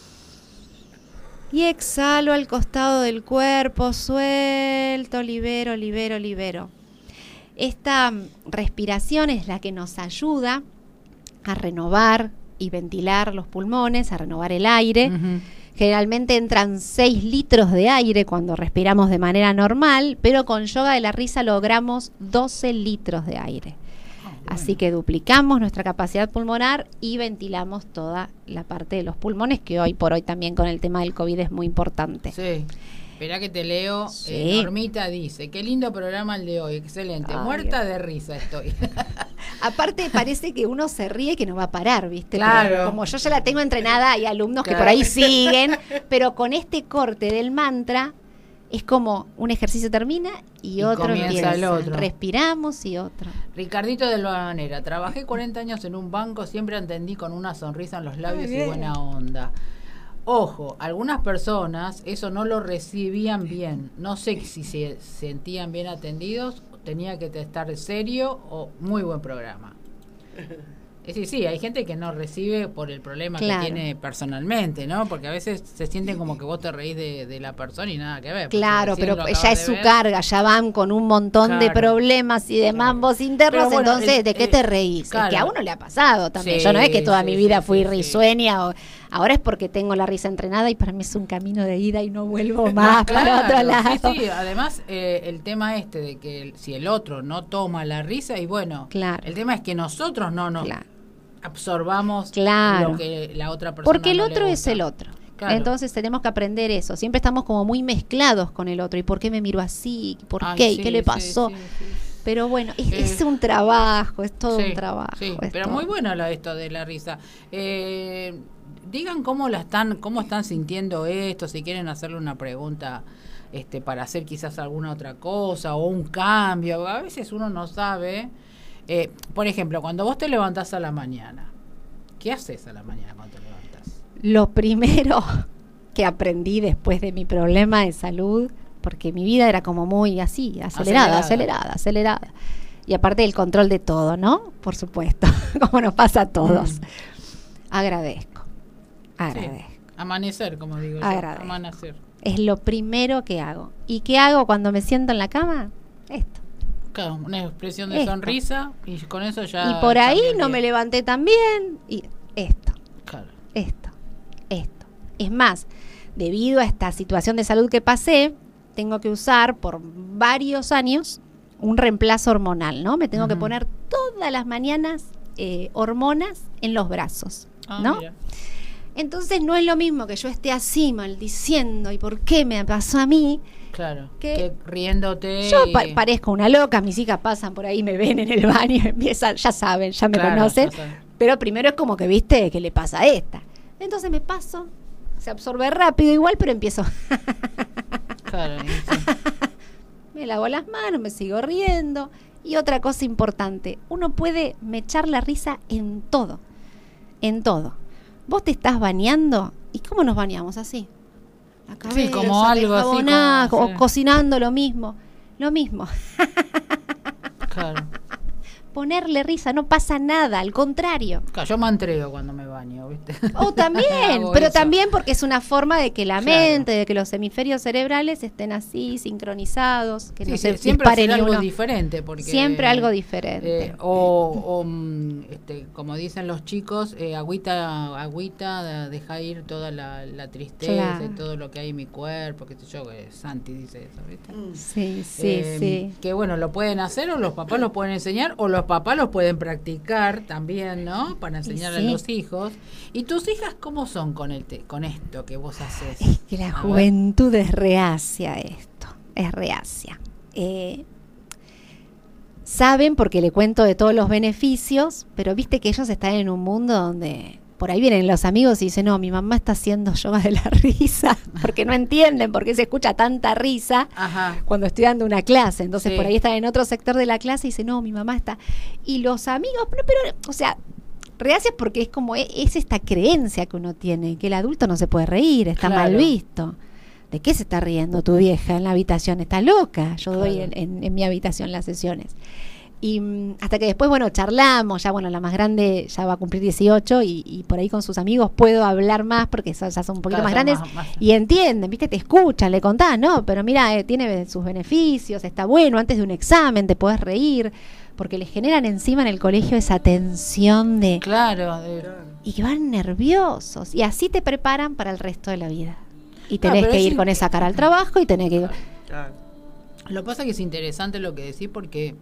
Y exhalo al costado del cuerpo, suelto, libero, libero, libero. Esta respiración es la que nos ayuda a renovar y ventilar los pulmones, a renovar el aire. Generalmente entran 6 litros de aire cuando respiramos de manera normal, pero con Yoga de la Risa logramos 12 litros de aire. Así que duplicamos nuestra capacidad pulmonar y ventilamos toda la parte de los pulmones, que hoy por hoy también con el tema del COVID es muy importante. Sí. Esperá que te leo. Normita dice, qué lindo programa el de hoy, excelente. Muerta de risa estoy. Aparte parece que uno se ríe que no va a parar, ¿viste? Claro. Pero como yo ya la tengo entrenada, hay alumnos que por ahí siguen, pero con este corte del mantra es como un ejercicio termina y otro comienza empieza. el otro. Respiramos y otro. Ricardito de Bananera, trabajé 40 años en un banco, siempre atendí con una sonrisa en los labios y buena onda. Ojo, algunas personas eso no lo recibían bien. No sé si se sentían bien atendidos, tenía que estar serio o muy buen programa. Es decir, sí, hay gente que no recibe por el problema que tiene personalmente, ¿no? Porque a veces se sienten como que vos te reís de la persona y nada que ver. Claro, pero ya es su carga, ya van con un montón de problemas y de mambos internos, bueno, entonces, ¿de qué te reís? Claro. Es que a uno le ha pasado también. Yo no es que toda mi vida fui risueña, o ahora es porque tengo la risa entrenada y para mí es un camino de ida y no vuelvo más para otro lado. Sí, además el tema de que si el otro no toma la risa, y bueno, el tema es que nosotros no nos absorbamos lo que la otra persona porque el otro es el otro. Entonces tenemos que aprender eso. Siempre estamos como muy mezclados con el otro. ¿Y por qué me miro así? ¿Por qué? ¿Y qué le pasó? Pero bueno, es un trabajo, es todo un trabajo. Sí, pero todo. Muy bueno esto de la risa. Digan cómo están sintiendo esto, si quieren hacerle una pregunta para hacer quizás alguna otra cosa o un cambio. A veces uno no sabe. Por ejemplo, cuando vos te levantás a la mañana, ¿qué haces a la mañana cuando te levantás? Lo primero que aprendí después de mi problema de salud, porque mi vida era como muy así, acelerada. Y aparte del control de todo, ¿no? Por supuesto, como nos pasa a todos. Agradezco. Sí. Amanecer, como digo yo. Amanecer. Es lo primero que hago. ¿Y qué hago cuando me siento en la cama? Esto. Claro, una expresión de sonrisa y con eso ya... Y por ahí no me levanté tan bien y esto. Claro. Esto. Es más, debido a esta situación de salud que pasé, tengo que usar por varios años un reemplazo hormonal, ¿no? Me tengo que poner todas las mañanas hormonas en los brazos, ¿no? Mira. Entonces no es lo mismo que yo esté así maldiciendo y por qué me pasó a mí. Claro, que riéndote. Yo parezco una loca, mis hijas pasan por ahí, me ven en el baño, empiezan, ya saben, ya me conocen. Pero primero es como que, viste, ¿qué le pasa a esta? Entonces me paso, se absorbe rápido igual, pero empiezo. Claro, me lavo las manos, me sigo riendo. Y otra cosa importante, uno puede mechar la risa en todo. En todo. Vos te estás bañando, ¿y cómo nos bañamos así? La cabeza, como algo así como, cocinando lo mismo. Claro. Ponerle risa, no pasa nada, al contrario. Claro, yo me entrego cuando me baño, ¿viste? O también, pero también porque es una forma de que la mente, de que los hemisferios cerebrales estén así, sincronizados, que no se siempre disparen algo diferente. Porque, siempre algo diferente. Como dicen los chicos, agüita, deja ir toda la tristeza y todo lo que hay en mi cuerpo, qué sé yo, Santi dice eso, ¿viste? Sí. Que bueno, lo pueden hacer o los papás lo pueden enseñar o los papás los pueden practicar también, ¿no? Para enseñarle a los hijos. ¿Y tus hijas cómo son con esto que vos haces? Es que la juventud es reacia a esto, es reacia. Saben porque le cuento de todos los beneficios, pero viste que ellos están en un mundo donde por ahí vienen los amigos y dicen, no, mi mamá está haciendo yoga de la risa, porque no entienden por qué se escucha tanta risa cuando estoy dando una clase. Entonces por ahí están en otro sector de la clase y dicen, no, mi mamá está... Y los amigos, pero o sea, reacias porque es como, es esta creencia que uno tiene, que el adulto no se puede reír, está mal visto. ¿De qué se está riendo tu vieja en la habitación? Está loca. Yo doy en mi habitación las sesiones. Y hasta que después, charlamos, ya la más grande ya va a cumplir 18 y por ahí con sus amigos puedo hablar más porque ya son un poquito más grandes y entienden, ¿viste? Te escuchan, le contás, ¿no? Pero mira, tiene sus beneficios, está bueno, antes de un examen te podés reír, porque les generan encima en el colegio esa tensión de... Y que van nerviosos y así te preparan para el resto de la vida. Y tenés que ir con esa cara al trabajo y tenés que... Lo que pasa es que es interesante lo que decís porque...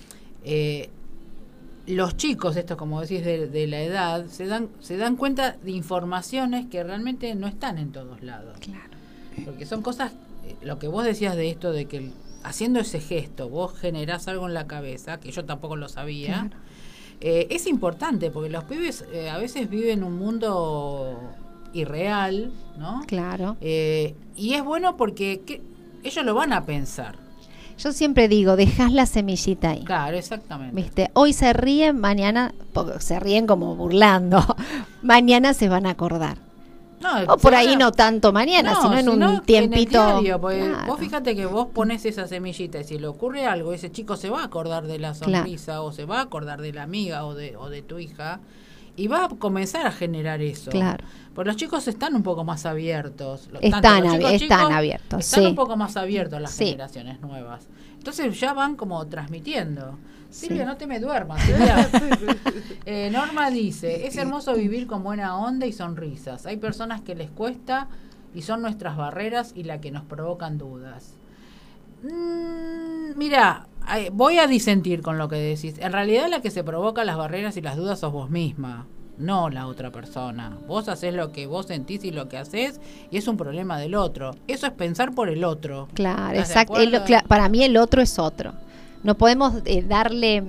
los chicos, esto como decís de la edad, se dan cuenta de informaciones que realmente no están en todos lados. Claro. Porque son cosas, lo que vos decías de esto, de que haciendo ese gesto vos generás algo en la cabeza, que yo tampoco lo sabía, es importante, porque los pibes a veces viven un mundo irreal, ¿no? Claro. Y es bueno porque... ellos lo van a pensar. Yo siempre digo, dejás la semillita ahí. Claro, exactamente. ¿Viste? Hoy se ríen, mañana se ríen como burlando. Mañana se van a acordar. No, o por ahí no tanto mañana, sino en un tiempito. En el diario, claro. Vos fíjate que vos pones esa semillita y si le ocurre algo, ese chico se va a acordar de la sonrisa, claro, o se va a acordar de la amiga o de tu hija y va a comenzar a generar eso. Claro. Porque los chicos están un poco más abiertos. Están abiertos. Están sí. un poco más abiertos las sí. generaciones nuevas. Entonces ya van como transmitiendo. Silvia, no te me duermas, Silvia. Norma dice, es hermoso vivir con buena onda y sonrisas. Hay personas que les cuesta y son nuestras barreras y la que nos provocan dudas. Mira, voy a disentir con lo que decís. En realidad la que se provoca las barreras y las dudas sos vos misma, no la otra persona. Vos hacés lo que vos sentís y lo que hacés y es un problema del otro. Eso es pensar por el otro. Claro, exacto. Para mí el otro es otro. No podemos darle,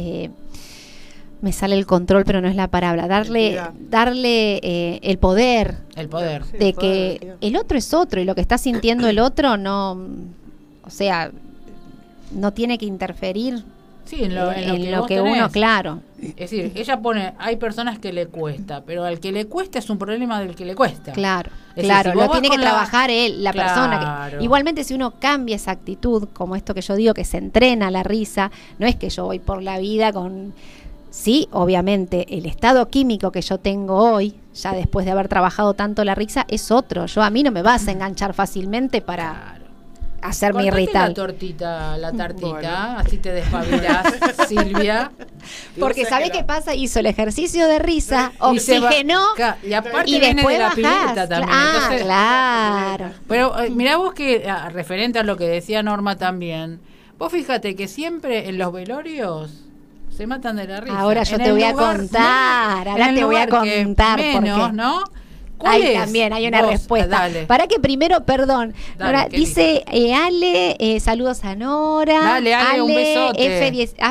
me sale el control, pero no es la palabra, darle el poder. El poder. De el que poder, el otro es otro y lo que está sintiendo el otro no, o sea, no tiene que interferir. Sí, en lo que uno, claro. Es decir, ella pone, hay personas que le cuesta, pero al que le cuesta es un problema del que le cuesta. Claro, es claro, decir, si lo tiene que trabajar él, la claro. persona. Igualmente, si uno cambia esa actitud, como esto que yo digo, que se entrena la risa, no es que yo voy por la vida con... Sí, obviamente, el estado químico que yo tengo hoy, ya después de haber trabajado tanto la risa, es otro. A mí no me vas a enganchar fácilmente para... Claro. Hacerme irritar. La tartita, bueno. Así te despabilás, Silvia. Porque ¿sabés qué pasa? Hizo el ejercicio de risa, oxigenó y aparte viene de la pileta también. Entonces, claro. Pero mirá vos que, referente a lo que decía Norma también, vos fíjate que siempre en los velorios se matan de la risa. Ahora yo te voy a contar, menos, ¿no? Ahí también hay una respuesta. Dale. Para que primero, perdón, dale, Nora, dice Ale, saludos a Nora. Dale, Ale, un besote.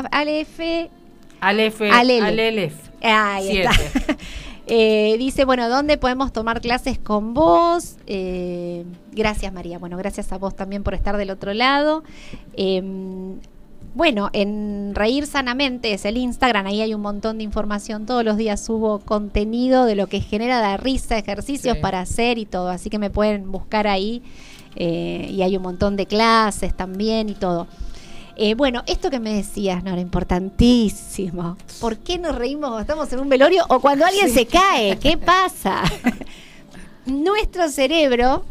Alelef. Ahí está. Dice, bueno, ¿dónde podemos tomar clases con vos? Gracias, María. Bueno, gracias a vos también por estar del otro lado. Bueno, en Reír Sanamente es el Instagram, ahí hay un montón de información, todos los días subo contenido de lo que genera la risa, ejercicios para hacer y todo, así que me pueden buscar ahí y hay un montón de clases también y todo. Bueno, esto que me decías, Nora, importantísimo. ¿Por qué nos reímos cuando estamos en un velorio o cuando alguien se cae? ¿Qué pasa? Nuestro cerebro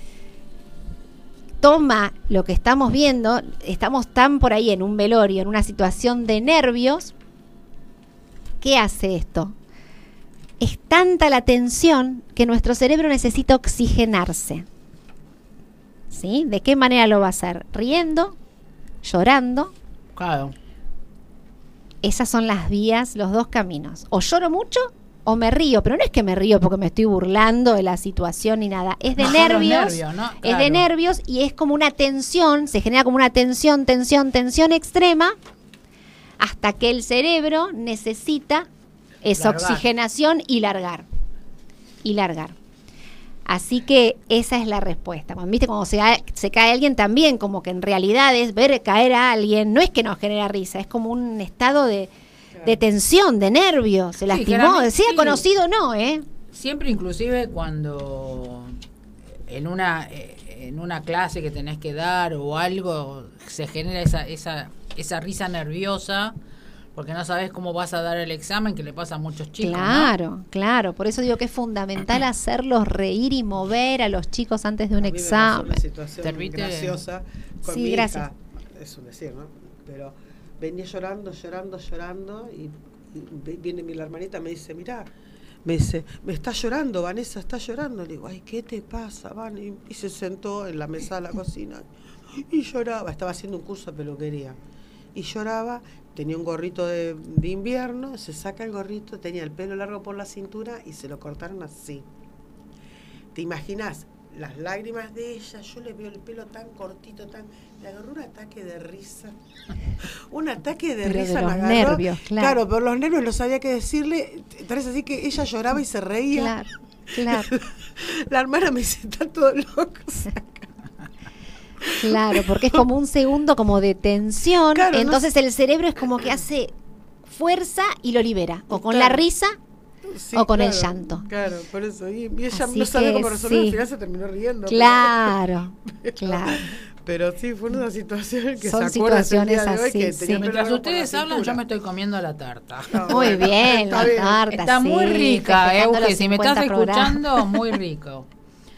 toma lo que estamos viendo, estamos tan por ahí en un velorio, en una situación de nervios. ¿Qué hace esto? Es tanta la tensión que nuestro cerebro necesita oxigenarse. ¿Sí? ¿De qué manera lo va a hacer? Riendo, llorando. Claro. Esas son las vías, los dos caminos. O lloro mucho o me río, pero no es que me río porque me estoy burlando de la situación ni nada, es de nervios, ¿no? Claro. Es de nervios y es como una tensión, se genera como una tensión extrema hasta que el cerebro necesita esa oxigenación y largar. Así que esa es la respuesta. ¿Viste? Cuando se cae alguien también, como que en realidad es ver caer a alguien, no es que nos genera risa, es como un estado de tensión, de nervios, se lastimó, sea conocido o no, Siempre, inclusive cuando en una clase que tenés que dar o algo, se genera esa risa nerviosa, porque no sabés cómo vas a dar el examen, que le pasa a muchos chicos. Claro, por eso digo que es fundamental hacerlos reír y mover a los chicos antes de un examen. Una situación graciosa con mi hija, es un decir, ¿no? Pero venía llorando y viene la hermanita, me dice, mirá, me está llorando, Vanessa está llorando. Le digo, ay, ¿qué te pasa, Van? Y se sentó en la mesa de la cocina y lloraba, estaba haciendo un curso de peluquería y lloraba, tenía un gorrito de invierno, se saca el gorrito, tenía el pelo largo por la cintura y se lo cortaron así. ¿Te imaginas? Las lágrimas de ella, yo le veo el pelo tan cortito, le agarró un ataque de risa. Un ataque de risa de los me agarró. Nervios, claro, por los nervios no sabía qué decirle. Parece así que ella lloraba y se reía. Claro. La hermana me dice, está todo loco. Claro, porque es como un segundo como de tensión, claro, entonces el cerebro es como que hace fuerza y lo libera, o con la risa o con el llanto. Claro, por eso. Y ella así no sabía cómo resolver, al final se terminó riendo. Claro, claro. Pero sí, fue una situación que son situaciones así. Que mientras ustedes hablan, yo me estoy comiendo la tarta. Muy bien, la tarta. Está muy rica, si me estás escuchando, muy rico.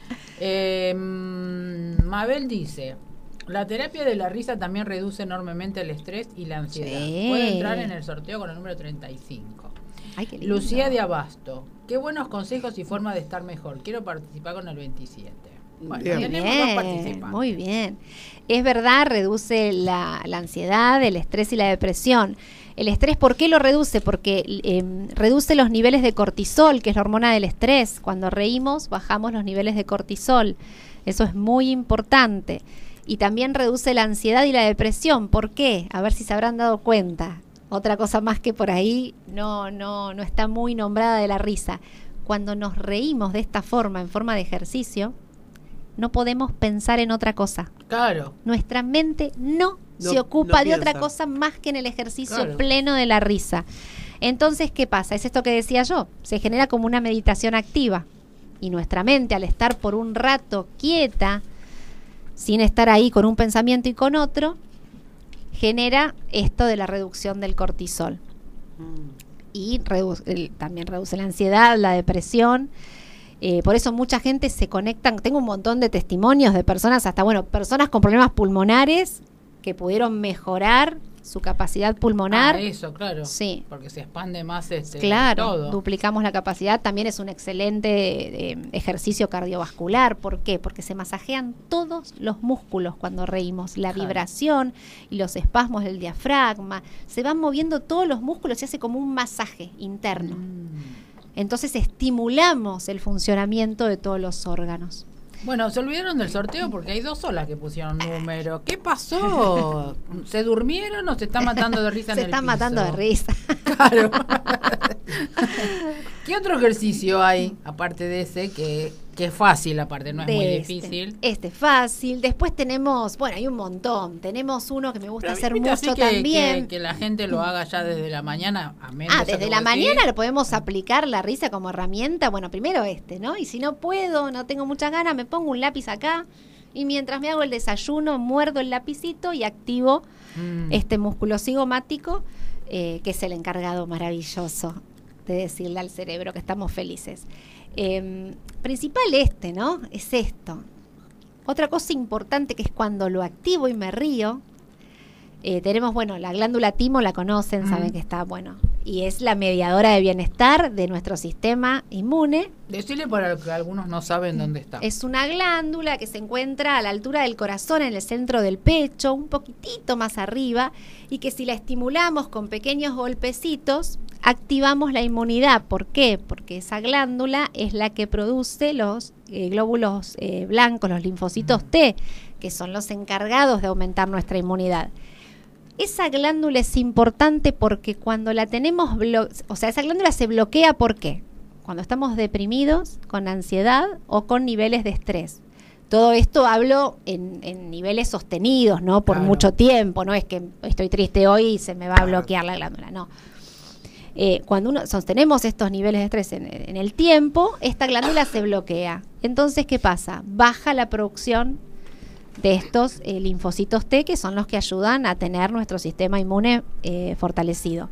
Mabel dice: la terapia de la risa también reduce enormemente el estrés y la ansiedad. Puede entrar en el sorteo con el número 35. Ay, qué lindo. Lucía de Abasto: qué buenos consejos y forma de estar mejor. Quiero participar con el 27. Bueno, tenemos dos participantes. Muy bien. Es verdad, reduce la ansiedad, el estrés y la depresión. El estrés, ¿por qué lo reduce? Porque reduce los niveles de cortisol, que es la hormona del estrés. Cuando reímos, bajamos los niveles de cortisol. Eso es muy importante. Y también reduce la ansiedad y la depresión. ¿Por qué? A ver si se habrán dado cuenta. Otra cosa más que por ahí no está muy nombrada de la risa. Cuando nos reímos de esta forma, en forma de ejercicio, no podemos pensar en otra cosa. Claro. Nuestra mente no se ocupa de otra cosa más que en el ejercicio pleno de la risa. Entonces, ¿qué pasa? Es esto que decía yo. Se genera como una meditación activa. Y nuestra mente, al estar por un rato quieta, sin estar ahí con un pensamiento y con otro, genera esto de la reducción del cortisol. Y también reduce la ansiedad, la depresión. Por eso mucha gente se conecta. Tengo un montón de testimonios de personas, personas con problemas pulmonares que pudieron mejorar su capacidad pulmonar. Eso, claro. Sí. Porque se expande más claro, todo. Duplicamos la capacidad. También es un excelente ejercicio cardiovascular. ¿Por qué? Porque se masajean todos los músculos cuando reímos. La vibración y los espasmos del diafragma. Se van moviendo todos los músculos y hace como un masaje interno. Entonces estimulamos el funcionamiento de todos los órganos. Bueno, se olvidaron del sorteo porque hay 2 solas que pusieron número. ¿Qué pasó? ¿Se durmieron o se están matando de risa en el piso? Se están matando de risa. Claro. ¿Qué otro ejercicio hay, aparte de ese, que es fácil, aparte, no es muy difícil? Este es fácil. Después tenemos, hay un montón. Tenemos uno que me gusta hacer mucho también. Que la gente lo haga ya desde la mañana. Desde la mañana lo podemos aplicar la risa como herramienta. Bueno, primero ¿no? Y si no puedo, no tengo muchas ganas, me pongo un lápiz acá y mientras me hago el desayuno, muerdo el lapicito y activo este músculo cigomático, que es el encargado maravilloso de decirle al cerebro que estamos felices. Principal ¿no? Es esto. Otra cosa importante que es cuando lo activo y me río, tenemos, la glándula timo, la conocen, saben que está, y es la mediadora de bienestar de nuestro sistema inmune. Decirle para que algunos no saben dónde está. Es una glándula que se encuentra a la altura del corazón, en el centro del pecho, un poquitito más arriba, y que si la estimulamos con pequeños golpecitos, activamos la inmunidad. ¿Por qué? Porque esa glándula es la que produce los glóbulos blancos, los linfocitos T, que son los encargados de aumentar nuestra inmunidad. Esa glándula es importante porque cuando la tenemos, esa glándula se bloquea, ¿por qué? Cuando estamos deprimidos, con ansiedad o con niveles de estrés. Todo esto hablo en niveles sostenidos, ¿no? Por mucho tiempo, no es que estoy triste hoy y se me va a bloquear la glándula, no. Cuando sostenemos estos niveles de estrés en el tiempo, esta glándula se bloquea. Entonces, ¿qué pasa? Baja la producción de estos linfocitos T, que son los que ayudan a tener nuestro sistema inmune fortalecido.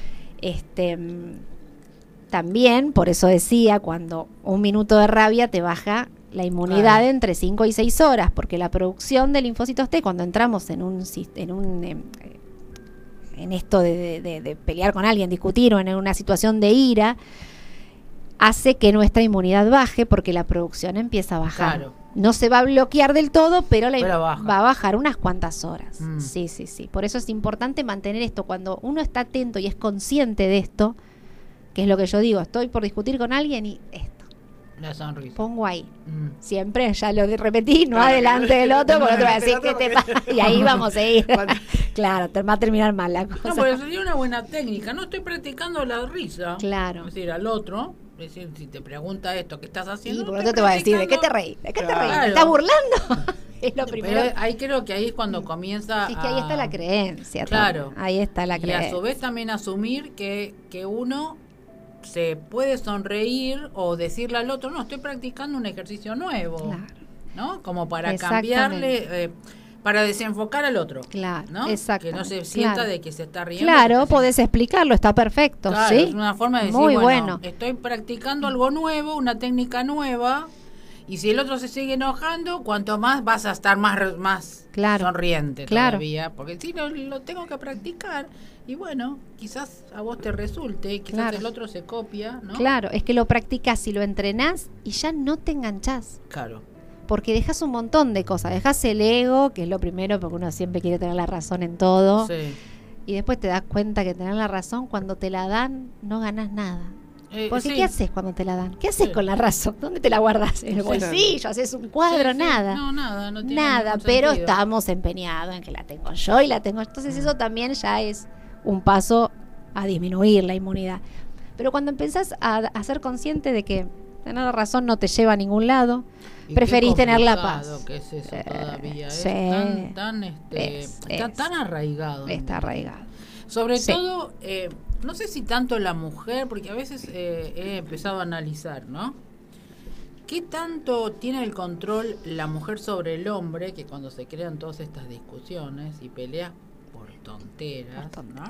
También, por eso decía, cuando un minuto de rabia te baja la inmunidad entre 5 y 6 horas, porque la producción de linfocitos T, cuando entramos en esto de pelear con alguien, discutir o en una situación de ira, hace que nuestra inmunidad baje porque la producción empieza a bajar. Claro. No se va a bloquear del todo, pero va a bajar unas cuantas horas. Sí. Por eso es importante mantener esto. Cuando uno está atento y es consciente de esto, que es lo que yo digo, estoy por discutir con alguien y esto. La sonrisa. Pongo ahí. Siempre, ya lo repetí, no adelante del otro, porque otro va a decir que te pasa. Y ahí vamos a ir. Claro, va a terminar mal la cosa. No, pero sería una buena técnica. No estoy practicando la risa. Claro. Es decir, al otro, es decir, si te pregunta esto, ¿qué estás haciendo? Y por otro te va a decir, ¿de qué te reí? ¿De qué te reí? ¿Me estás burlando? Es lo primero. Pero ahí creo que ahí es cuando comienza Sí, que ahí está la creencia. Claro. También. Ahí está la creencia. Y a su vez también asumir que uno se puede sonreír o decirle al otro, no, estoy practicando un ejercicio nuevo. Claro. ¿No? Como para cambiarle, para desenfocar al otro. Claro, ¿no? Exactamente. Que no se sienta de que se está riendo. Claro, podés explicarlo, está perfecto. Claro, ¿sí? es una forma de decir, muy bueno, estoy practicando algo nuevo, una técnica nueva, y si el otro se sigue enojando, cuanto más vas a estar más sonriente todavía, porque si lo tengo que practicar, y bueno, quizás a vos te resulte, quizás el otro se copia, ¿no? Claro, es que lo practicás y lo entrenás y ya no te enganchás. Claro. Porque dejas un montón de cosas, dejas el ego, que es lo primero, porque uno siempre quiere tener la razón en todo, sí. Y después te das cuenta que tener la razón, cuando te la dan, no ganás nada. Porque sí. ¿qué haces cuando te la dan? ¿Qué haces con la razón? ¿Dónde te la guardas? ¿En el bolsillo? ¿Haces un cuadro? Nada. No, no tiene nada, pero sentido. estamos empeñados en que la tengo yo y la tengo. Entonces eso también ya es un paso a disminuir la inmunidad. Pero cuando empezás a ser consciente de que tener la razón no te lleva a ningún lado, preferís tener la paz. ¿Qué es eso todavía? Sí. Está tan arraigado. Está arraigado. Sobre todo, no sé si tanto la mujer, porque a veces he empezado a analizar, ¿no? ¿Qué tanto tiene el control la mujer sobre el hombre, que cuando se crean todas estas discusiones y peleas por tonteras, ¿no?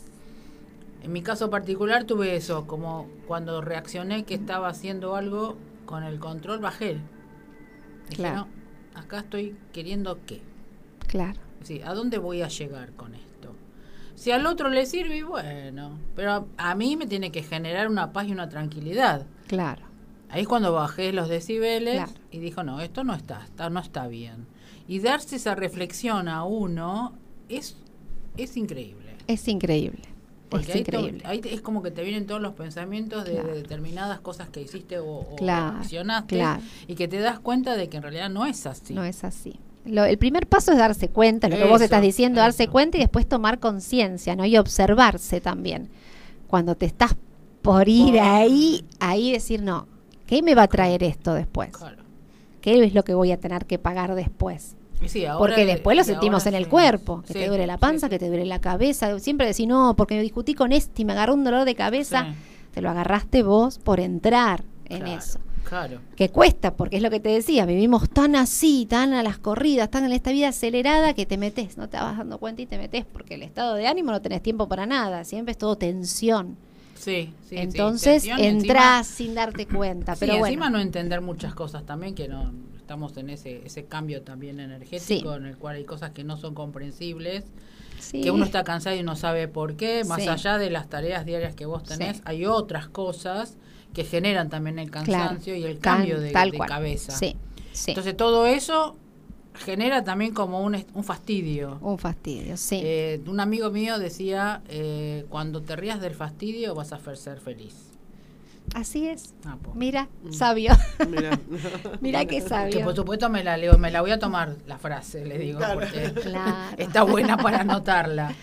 En mi caso particular tuve eso, como cuando reaccioné que estaba haciendo algo con el control, bajé. Dije, no, acá estoy queriendo qué. Claro. Sí, ¿a dónde voy a llegar con esto? Si al otro le sirve, bueno, pero a mí me tiene que generar una paz y una tranquilidad. Claro. Ahí es cuando bajé los decibeles y dijo, no, esto no está bien. Y darse esa reflexión a uno es increíble. Es increíble. Porque ahí es como que te vienen todos los pensamientos de determinadas cosas que hiciste o accionaste y que te das cuenta de que en realidad no es así. No es así. El primer paso es darse cuenta, lo que vos estás diciendo, darse cuenta y después tomar conciencia, ¿no? Y observarse también. Cuando te estás por ir ahí decir, no, ¿qué me va a traer esto después? Claro. ¿Qué es lo que voy a tener que pagar después? Sí, porque después lo sentimos en el cuerpo, que te duele la panza, que te duele la cabeza. Siempre decís, no, porque me discutí con y me agarró un dolor de cabeza. Te lo agarraste vos por entrar en eso. Claro. Que cuesta, porque es lo que te decía, vivimos tan así, tan a las corridas, tan en esta vida acelerada que te metes, no te vas dando cuenta y te metes, porque el estado de ánimo no tenés tiempo para nada, siempre es todo tensión. Sí, entonces entrás sin darte cuenta. Pero encima no entender muchas cosas también, que no estamos en ese cambio también energético en el cual hay cosas que no son comprensibles, que uno está cansado y no sabe por qué, más allá de las tareas diarias que vos tenés, hay otras cosas que generan también el cansancio y el cambio de cabeza. Entonces todo eso genera también como un fastidio. Un fastidio, sí. Un amigo mío decía, cuando te rías del fastidio vas a ser feliz. Así es. Mira, sabio. Mira qué sabio. Que por supuesto me la voy a tomar la frase, le digo, porque está buena para anotarla.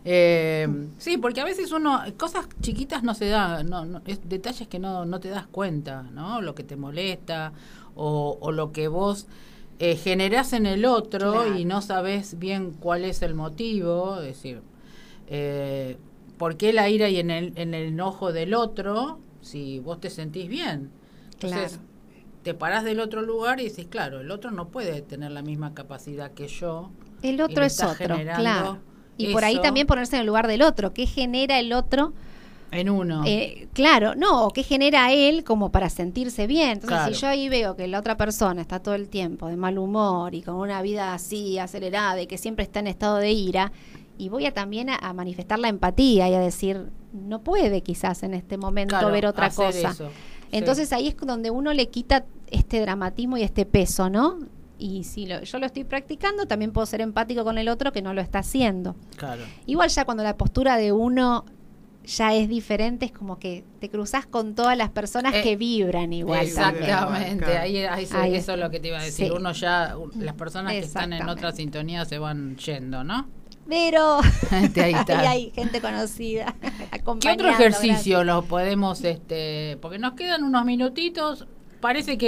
Sí, porque a veces cosas chiquitas no se dan, detalles que no te das cuenta, ¿no? Lo que te molesta o lo que vos generás en el otro y no sabés bien cuál es el motivo, es decir, ¿por qué la ira y en el enojo del otro si vos te sentís bien? Entonces te parás del otro lugar y decís, claro, el otro no puede tener la misma capacidad que yo. El otro es otro, claro. Y por ahí también ponerse en el lugar del otro. ¿Qué genera el otro? En uno. Claro, no, ¿qué genera él como para sentirse bien? Entonces, si yo ahí veo que la otra persona está todo el tiempo de mal humor y con una vida así acelerada y que siempre está en estado de ira, y voy también a manifestar la empatía y a decir, no puede quizás en este momento ver otra cosa. Eso. Entonces ahí es donde uno le quita este dramatismo y este peso, ¿no? Y si yo lo estoy practicando, también puedo ser empático con el otro que no lo está haciendo. Claro. Igual ya cuando la postura de uno ya es diferente, es como que te cruzás con todas las personas que vibran igual. Exactamente, también. Ahí eso es lo que te iba a decir. Uno ya, las personas que están en otra sintonía se van yendo, ¿no? Pero ahí está. hay gente conocida acompañando. ¿Qué otro ejercicio lo podemos, porque nos quedan unos minutitos? Parece que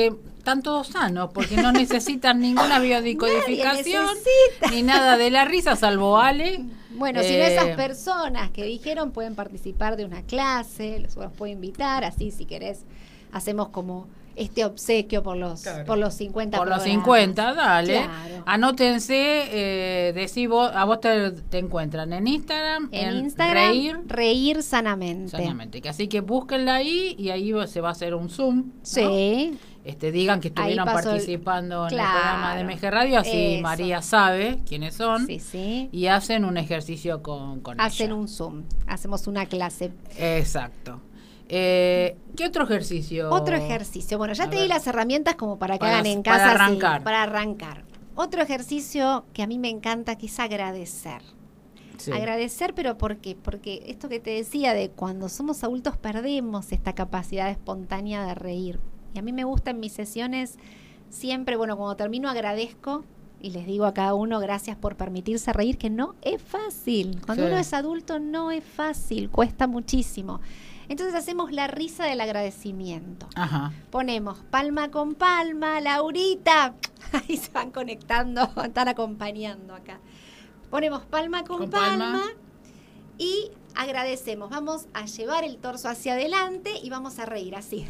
están todos sanos, porque no necesitan ninguna biodecodificación ni nada de la risa, salvo Ale. Bueno, si no, esas personas que dijeron pueden participar de una clase, los puedo invitar, así si querés hacemos como este obsequio por los 50 por programas. los 50, dale. Claro. Anótense, a vos te encuentran en Instagram. En Instagram, Reír Sanamente. Sanamente. Así que búsquenla ahí y ahí se va a hacer un Zoom, ¿no? Sí. Digan que estuvieron participando en el programa de MG Radio, así María sabe quiénes son. Sí, sí. Y hacen un ejercicio con hacen ella. Un Zoom, hacemos una clase. Exacto. ¿Qué otro ejercicio? Otro ejercicio. Bueno, ya te di las herramientas como para que hagan en casa. Para arrancar. Otro ejercicio que a mí me encanta, que es agradecer. Sí. Agradecer, pero ¿por qué? Porque esto que te decía de cuando somos adultos perdemos esta capacidad espontánea de reír. Y a mí me gusta en mis sesiones siempre, bueno, cuando termino agradezco y les digo a cada uno gracias por permitirse reír, que no es fácil. Cuando uno es adulto no es fácil, cuesta muchísimo. Entonces hacemos la risa del agradecimiento. Ajá. Ponemos palma con palma, Laurita. Ahí se van conectando, están acompañando acá. Ponemos palma con palma y agradecemos. Vamos a llevar el torso hacia adelante y vamos a reír así.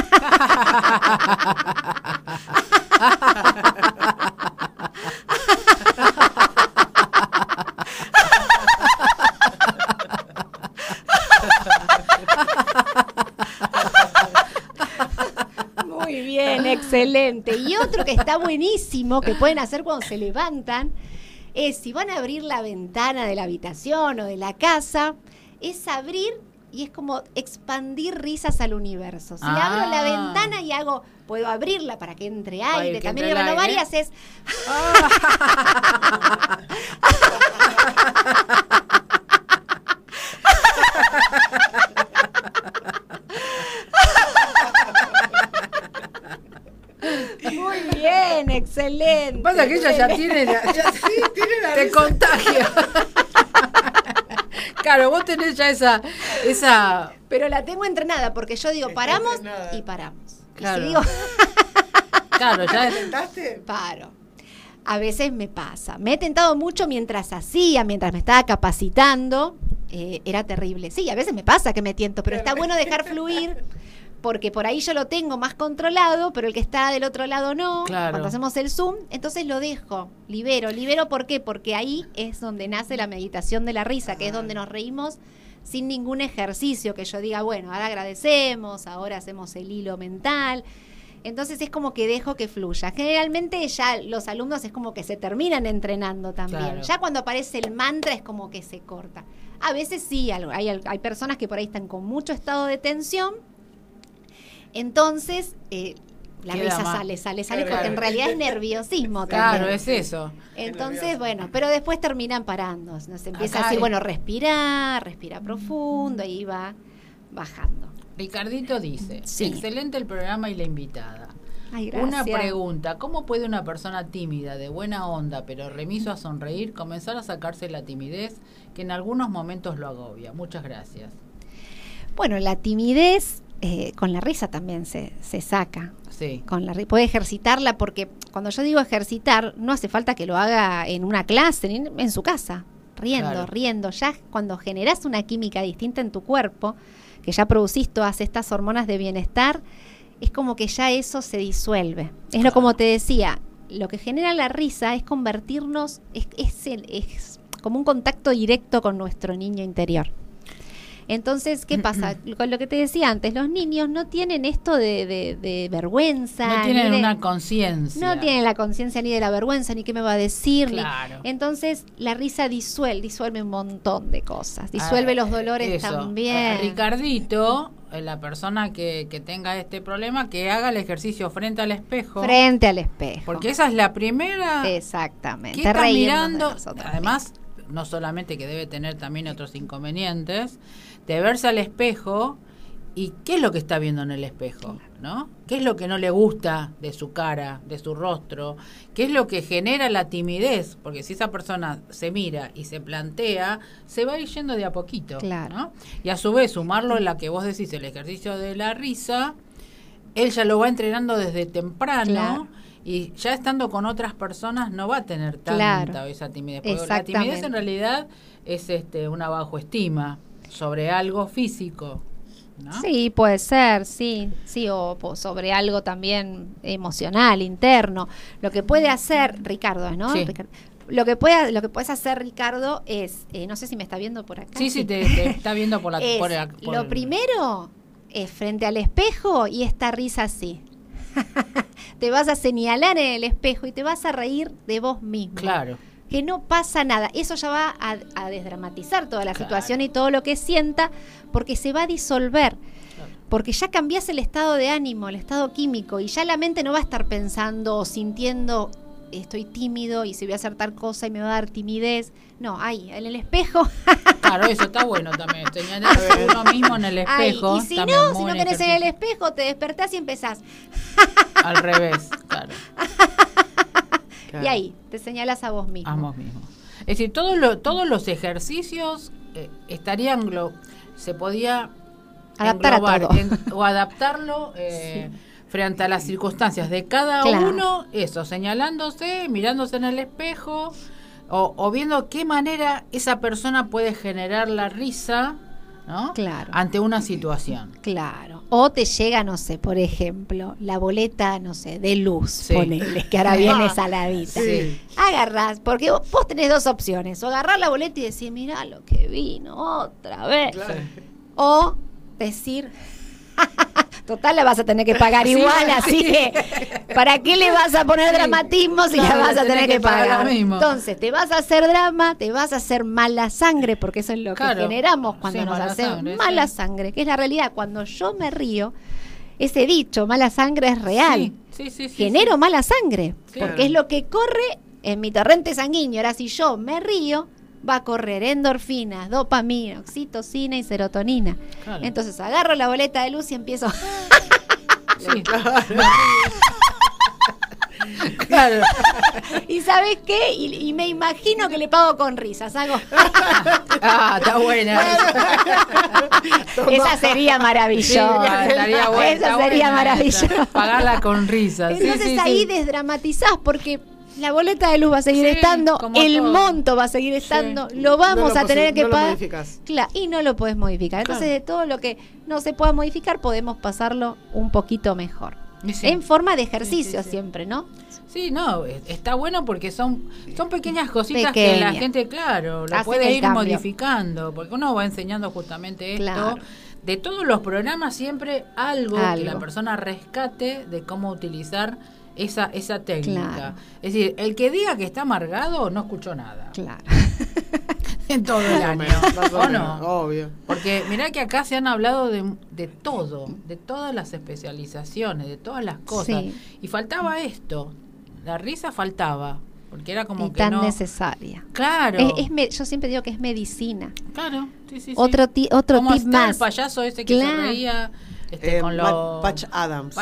Muy bien, excelente. Y otro que está buenísimo, que pueden hacer cuando se levantan, es si van a abrir la ventana de la habitación o de la casa, es abrir y es como expandir risas al universo. Si abro la ventana y puedo abrirla para que entre aire, también le renovar y haces... Muy bien, excelente. Pasa que ella ya tiene la te contagia. Claro, vos tenés ya esa... Pero la tengo entrenada, porque yo digo, paramos y paramos. Claro. Y si digo... Claro, ¿ya intentaste? Paro. A veces me pasa. Me he tentado mucho mientras me estaba capacitando. Era terrible. Sí, a veces me pasa que me tiento, pero está bueno dejar fluir, porque por ahí yo lo tengo más controlado, pero el que está del otro lado no. Claro. Cuando hacemos el Zoom, entonces lo dejo, libero. ¿Por qué? Porque ahí es donde nace la meditación de la risa, que es donde nos reímos sin ningún ejercicio, que yo diga, bueno, ahora agradecemos, ahora hacemos el hilo mental. Entonces es como que dejo que fluya. Generalmente ya los alumnos es como que se terminan entrenando también. Claro. Ya cuando aparece el mantra es como que se corta. A veces sí, hay personas que por ahí están con mucho estado de tensión. Entonces la risa sale, claro, porque en realidad es nerviosismo también. Claro, es eso. Entonces, bueno, pero después terminan parando. Nos empieza a decir, bueno, respira profundo, y va bajando. Ricardito dice, excelente el programa y la invitada. Ay, gracias. Una pregunta, ¿cómo puede una persona tímida, de buena onda, pero remiso a sonreír, comenzar a sacarse la timidez que en algunos momentos lo agobia? Muchas gracias. Bueno, la timidez con la risa también se saca. Sí. Puede ejercitarla, porque cuando yo digo ejercitar, no hace falta que lo haga en una clase, ni en su casa, riendo. Ya cuando generás una química distinta en tu cuerpo, que ya producís todas estas hormonas de bienestar, es como que ya eso se disuelve. Es como te decía, lo que genera la risa es convertirnos, es como un contacto directo con nuestro niño interior. Entonces, ¿qué pasa? Con lo que te decía antes, los niños no tienen esto de vergüenza. No tienen una conciencia. No tienen la conciencia ni de la vergüenza, ni qué me va a decir. Claro. Entonces, la risa disuelve un montón de cosas. Disuelve los dolores también. Ricardito, la persona que tenga este problema, que haga el ejercicio frente al espejo. Frente al espejo. Porque esa es la primera. Exactamente. Que está mirando. Además, no solamente que debe tener también otros inconvenientes, de verse al espejo y qué es lo que está viendo en el espejo, ¿no? ¿Qué es lo que no le gusta de su cara, de su rostro? ¿Qué es lo que genera la timidez? Porque si esa persona se mira y se plantea, se va a ir yendo de a poquito, claro, ¿no? Y a su vez, sumarlo en la que vos decís, el ejercicio de la risa, él ya lo va entrenando desde temprano. Claro. Y ya estando con otras personas no va a tener tanta esa timidez. Porque la timidez en realidad es una bajoestima sobre algo físico, ¿no? Sí, puede ser, sí, o sobre algo también emocional, interno. Lo que puede hacer Ricardo, ¿no? Sí. Lo que puedes hacer, Ricardo, es, no sé si me está viendo por acá. Sí, te está viendo por la... Lo primero es frente al espejo y esta risa así. Te vas a señalar en el espejo y te vas a reír de vos mismo. Claro. Que no pasa nada. Eso ya va a desdramatizar toda la situación y todo lo que sienta, porque se va a disolver. Claro. Porque ya cambiás el estado de ánimo, el estado químico, y ya la mente no va a estar pensando o sintiendo estoy tímido y si voy a hacer tal cosa y me va a dar timidez. No, ahí, en el espejo. Claro, eso está bueno también. Señalarse uno mismo en el espejo. Y si no querés en el espejo, te despertás y empezás. Al revés, claro. Y ahí, te señalas a vos mismo. A vos mismo. Es decir, todos los ejercicios se podía adaptar englobar, a todo. o adaptarlo frente a las circunstancias de cada uno, eso, señalándose, mirándose en el espejo, o viendo qué manera esa persona puede generar la risa, ¿no? Claro. Ante una situación. Claro. O te llega, no sé, por ejemplo, la boleta, no sé, de luz, ponele, que ahora viene saladita. Sí. Agarrás, porque vos tenés dos opciones, o agarrar la boleta y decir, mirá lo que vino otra vez. Claro. O decir, total la vas a tener que pagar igual, así que ¿para qué le vas a poner dramatismo si la vas a tener que pagar? Entonces te vas a hacer drama, te vas a hacer mala sangre, porque eso es lo que generamos cuando nos hacemos mala sangre, que es la realidad. Cuando yo me río, ese dicho, mala sangre, es real. Genero mala sangre, porque es lo que corre en mi torrente sanguíneo. Ahora, si yo me río, va a correr endorfinas, dopamina, oxitocina y serotonina. Claro. Entonces agarro la boleta de luz y empiezo. Sí, claro. ¿Y sabes qué? Y me imagino que le pago con risas. Hago. Está buena. Esa sería maravillosa. Estaría buena. Esa sería maravillosa. Pagarla con risas. Entonces ahí desdramatizás, porque la boleta de luz va a seguir estando, el monto va a seguir estando, lo vamos a tener que pagar. Claro, y no lo podés modificar. Entonces, de todo lo que no se pueda modificar, podemos pasarlo un poquito mejor. En forma de ejercicio siempre, ¿no? Sí, no, está bueno porque son pequeñas cositas que la gente, lo puede ir modificando, porque uno va enseñando justamente esto. Claro. De todos los programas siempre algo que la persona rescate de cómo utilizar esa técnica. Claro. Es decir, el que diga que está amargado no escuchó nada. Claro. En todo el año. ¿O no? Obvio. Porque mirá que acá se han hablado de todo, de todas las especializaciones, de todas las cosas. Sí. Y faltaba esto. La risa faltaba. Porque era como tan necesaria. Claro. Yo siempre digo que es medicina. Claro. Sí. Otro tip más. El payaso ese que se reía. Con los Patch Adams.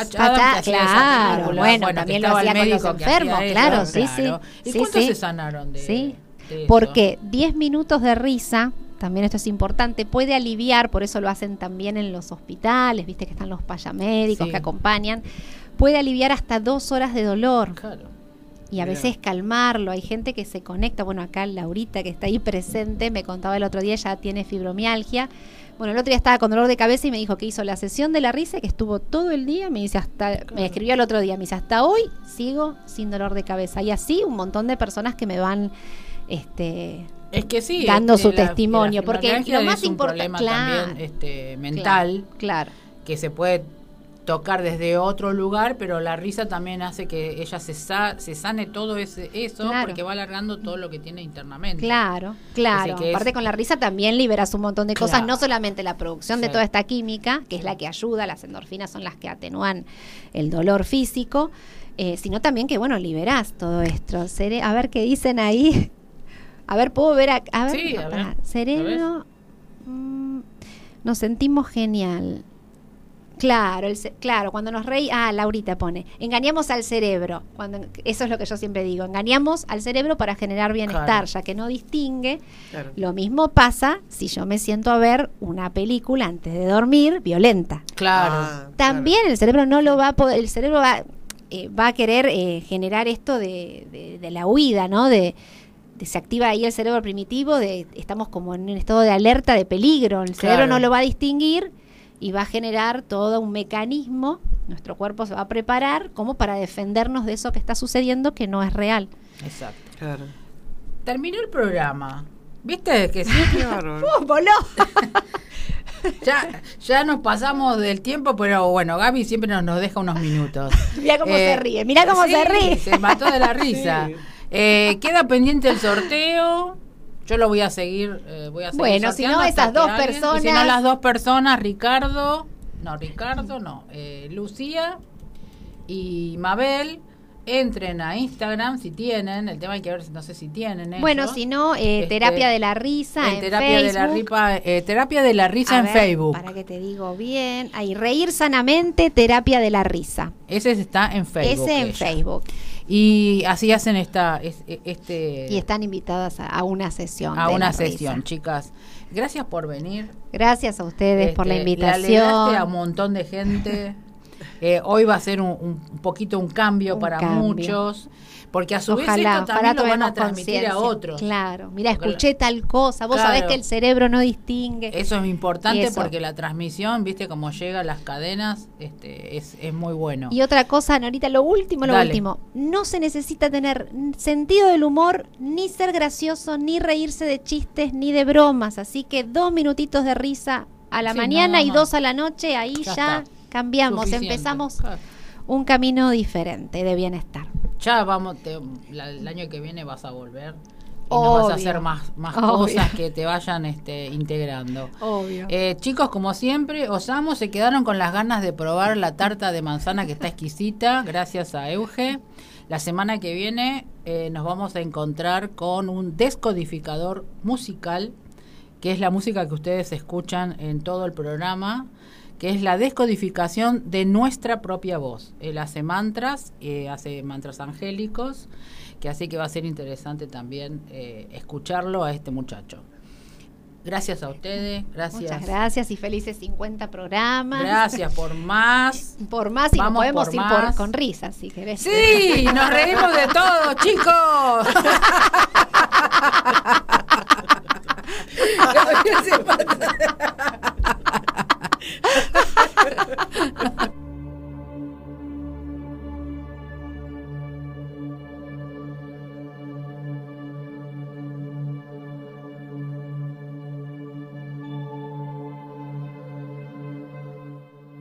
Claro, bueno, también lo hacía con los enfermos, claro, sí. ¿Y cuántos se sanaron de eso? Porque 10 minutos de risa, también esto es importante, puede aliviar, por eso lo hacen también en los hospitales, viste que están los payamédicos que acompañan, puede aliviar hasta 2 horas de dolor. Claro. Y a veces calmarlo. Hay gente que se conecta, bueno, acá Laurita que está ahí presente, me contaba el otro día, ya tiene fibromialgia. Bueno, el otro día estaba con dolor de cabeza y me dijo que hizo la sesión de la risa, que estuvo todo el día, me dice me escribió el otro día, me dice, hasta hoy sigo sin dolor de cabeza. Y así un montón de personas que me van es que sí, dando su testimonio, porque lo más importante es un problema también mental, que se puede tocar desde otro lugar, pero la risa también hace que ella se sane todo eso, porque va alargando todo lo que tiene internamente. Claro. Aparte con la risa también liberas un montón de cosas, no solamente la producción de toda esta química, que es la que ayuda, las endorfinas son las que atenúan el dolor físico, sino también que, liberás todo esto. A ver qué dicen ahí. A ver, puedo ver a ver, sí, sereno, nos sentimos genial. Claro, claro, cuando nos Laurita pone, engañamos al cerebro. Eso es lo que yo siempre digo, engañamos al cerebro para generar bienestar, claro, ya que no distingue. Claro. Lo mismo pasa si yo me siento a ver una película antes de dormir violenta. Claro. También claro, el cerebro no lo va a poder, el cerebro va a querer generar esto de la huida, ¿no? Se activa ahí el cerebro primitivo, estamos como en un estado de alerta, de peligro. El cerebro no lo va a distinguir y va a generar todo un mecanismo. Nuestro cuerpo se va a preparar como para defendernos de eso que está sucediendo, que no es real. Exacto. Claro. Terminó el programa. ¿Viste? Que sí, claro. Voló. Ya nos pasamos del tiempo, pero bueno, Gaby siempre nos deja unos minutos. Mirá cómo se ríe, mirá cómo se ríe. Se mató de la risa. Sí. Queda pendiente el sorteo. Yo lo voy a seguir. Bueno, si no, esas dos personas. Y si no, las dos personas, Lucía y Mabel, entren a Instagram si tienen. El tema hay que ver, no sé si tienen. Bueno, si no, Terapia de la Risa en Facebook. Terapia de la Risa en Facebook. Para que te digo bien. Ahí, Reír Sanamente, Terapia de la Risa. Ese está en Facebook. Ese en Facebook. Y así hacen y están invitadas a una sesión. A una sesión, chicas. Gracias por venir. Gracias a ustedes por la invitación. Le alegraste a un montón de gente. Hoy va a ser un poquito un cambio para muchos. Porque a su vez esto también lo van a transmitir a otros. Claro, mira, escuché tal cosa, vos sabés que el cerebro no distingue. Eso es importante porque la transmisión, viste cómo llega a las cadenas, es muy bueno. Y otra cosa, Norita, lo último, no se necesita tener sentido del humor, ni ser gracioso, ni reírse de chistes, ni de bromas, así que 2 minutitos de risa a la mañana y 2 a la noche, ahí ya cambiamos, suficiente. Empezamos un camino diferente de bienestar. Ya vamos, el año que viene vas a volver y nos vas a hacer más cosas que te vayan integrando. Obvio. Chicos, como siempre, os amo. Se quedaron con las ganas de probar la tarta de manzana que está exquisita, gracias a Euge. La semana que viene nos vamos a encontrar con un descodificador musical, que es la música que ustedes escuchan en todo el programa, que es la descodificación de nuestra propia voz. Él hace mantras angélicos, que así que va a ser interesante también escucharlo a este muchacho. Gracias a ustedes, gracias. Muchas gracias y felices 50 programas. Gracias por más. Por más y vamos, podemos ir con risas si querés. Sí, nos reímos de todo, chicos.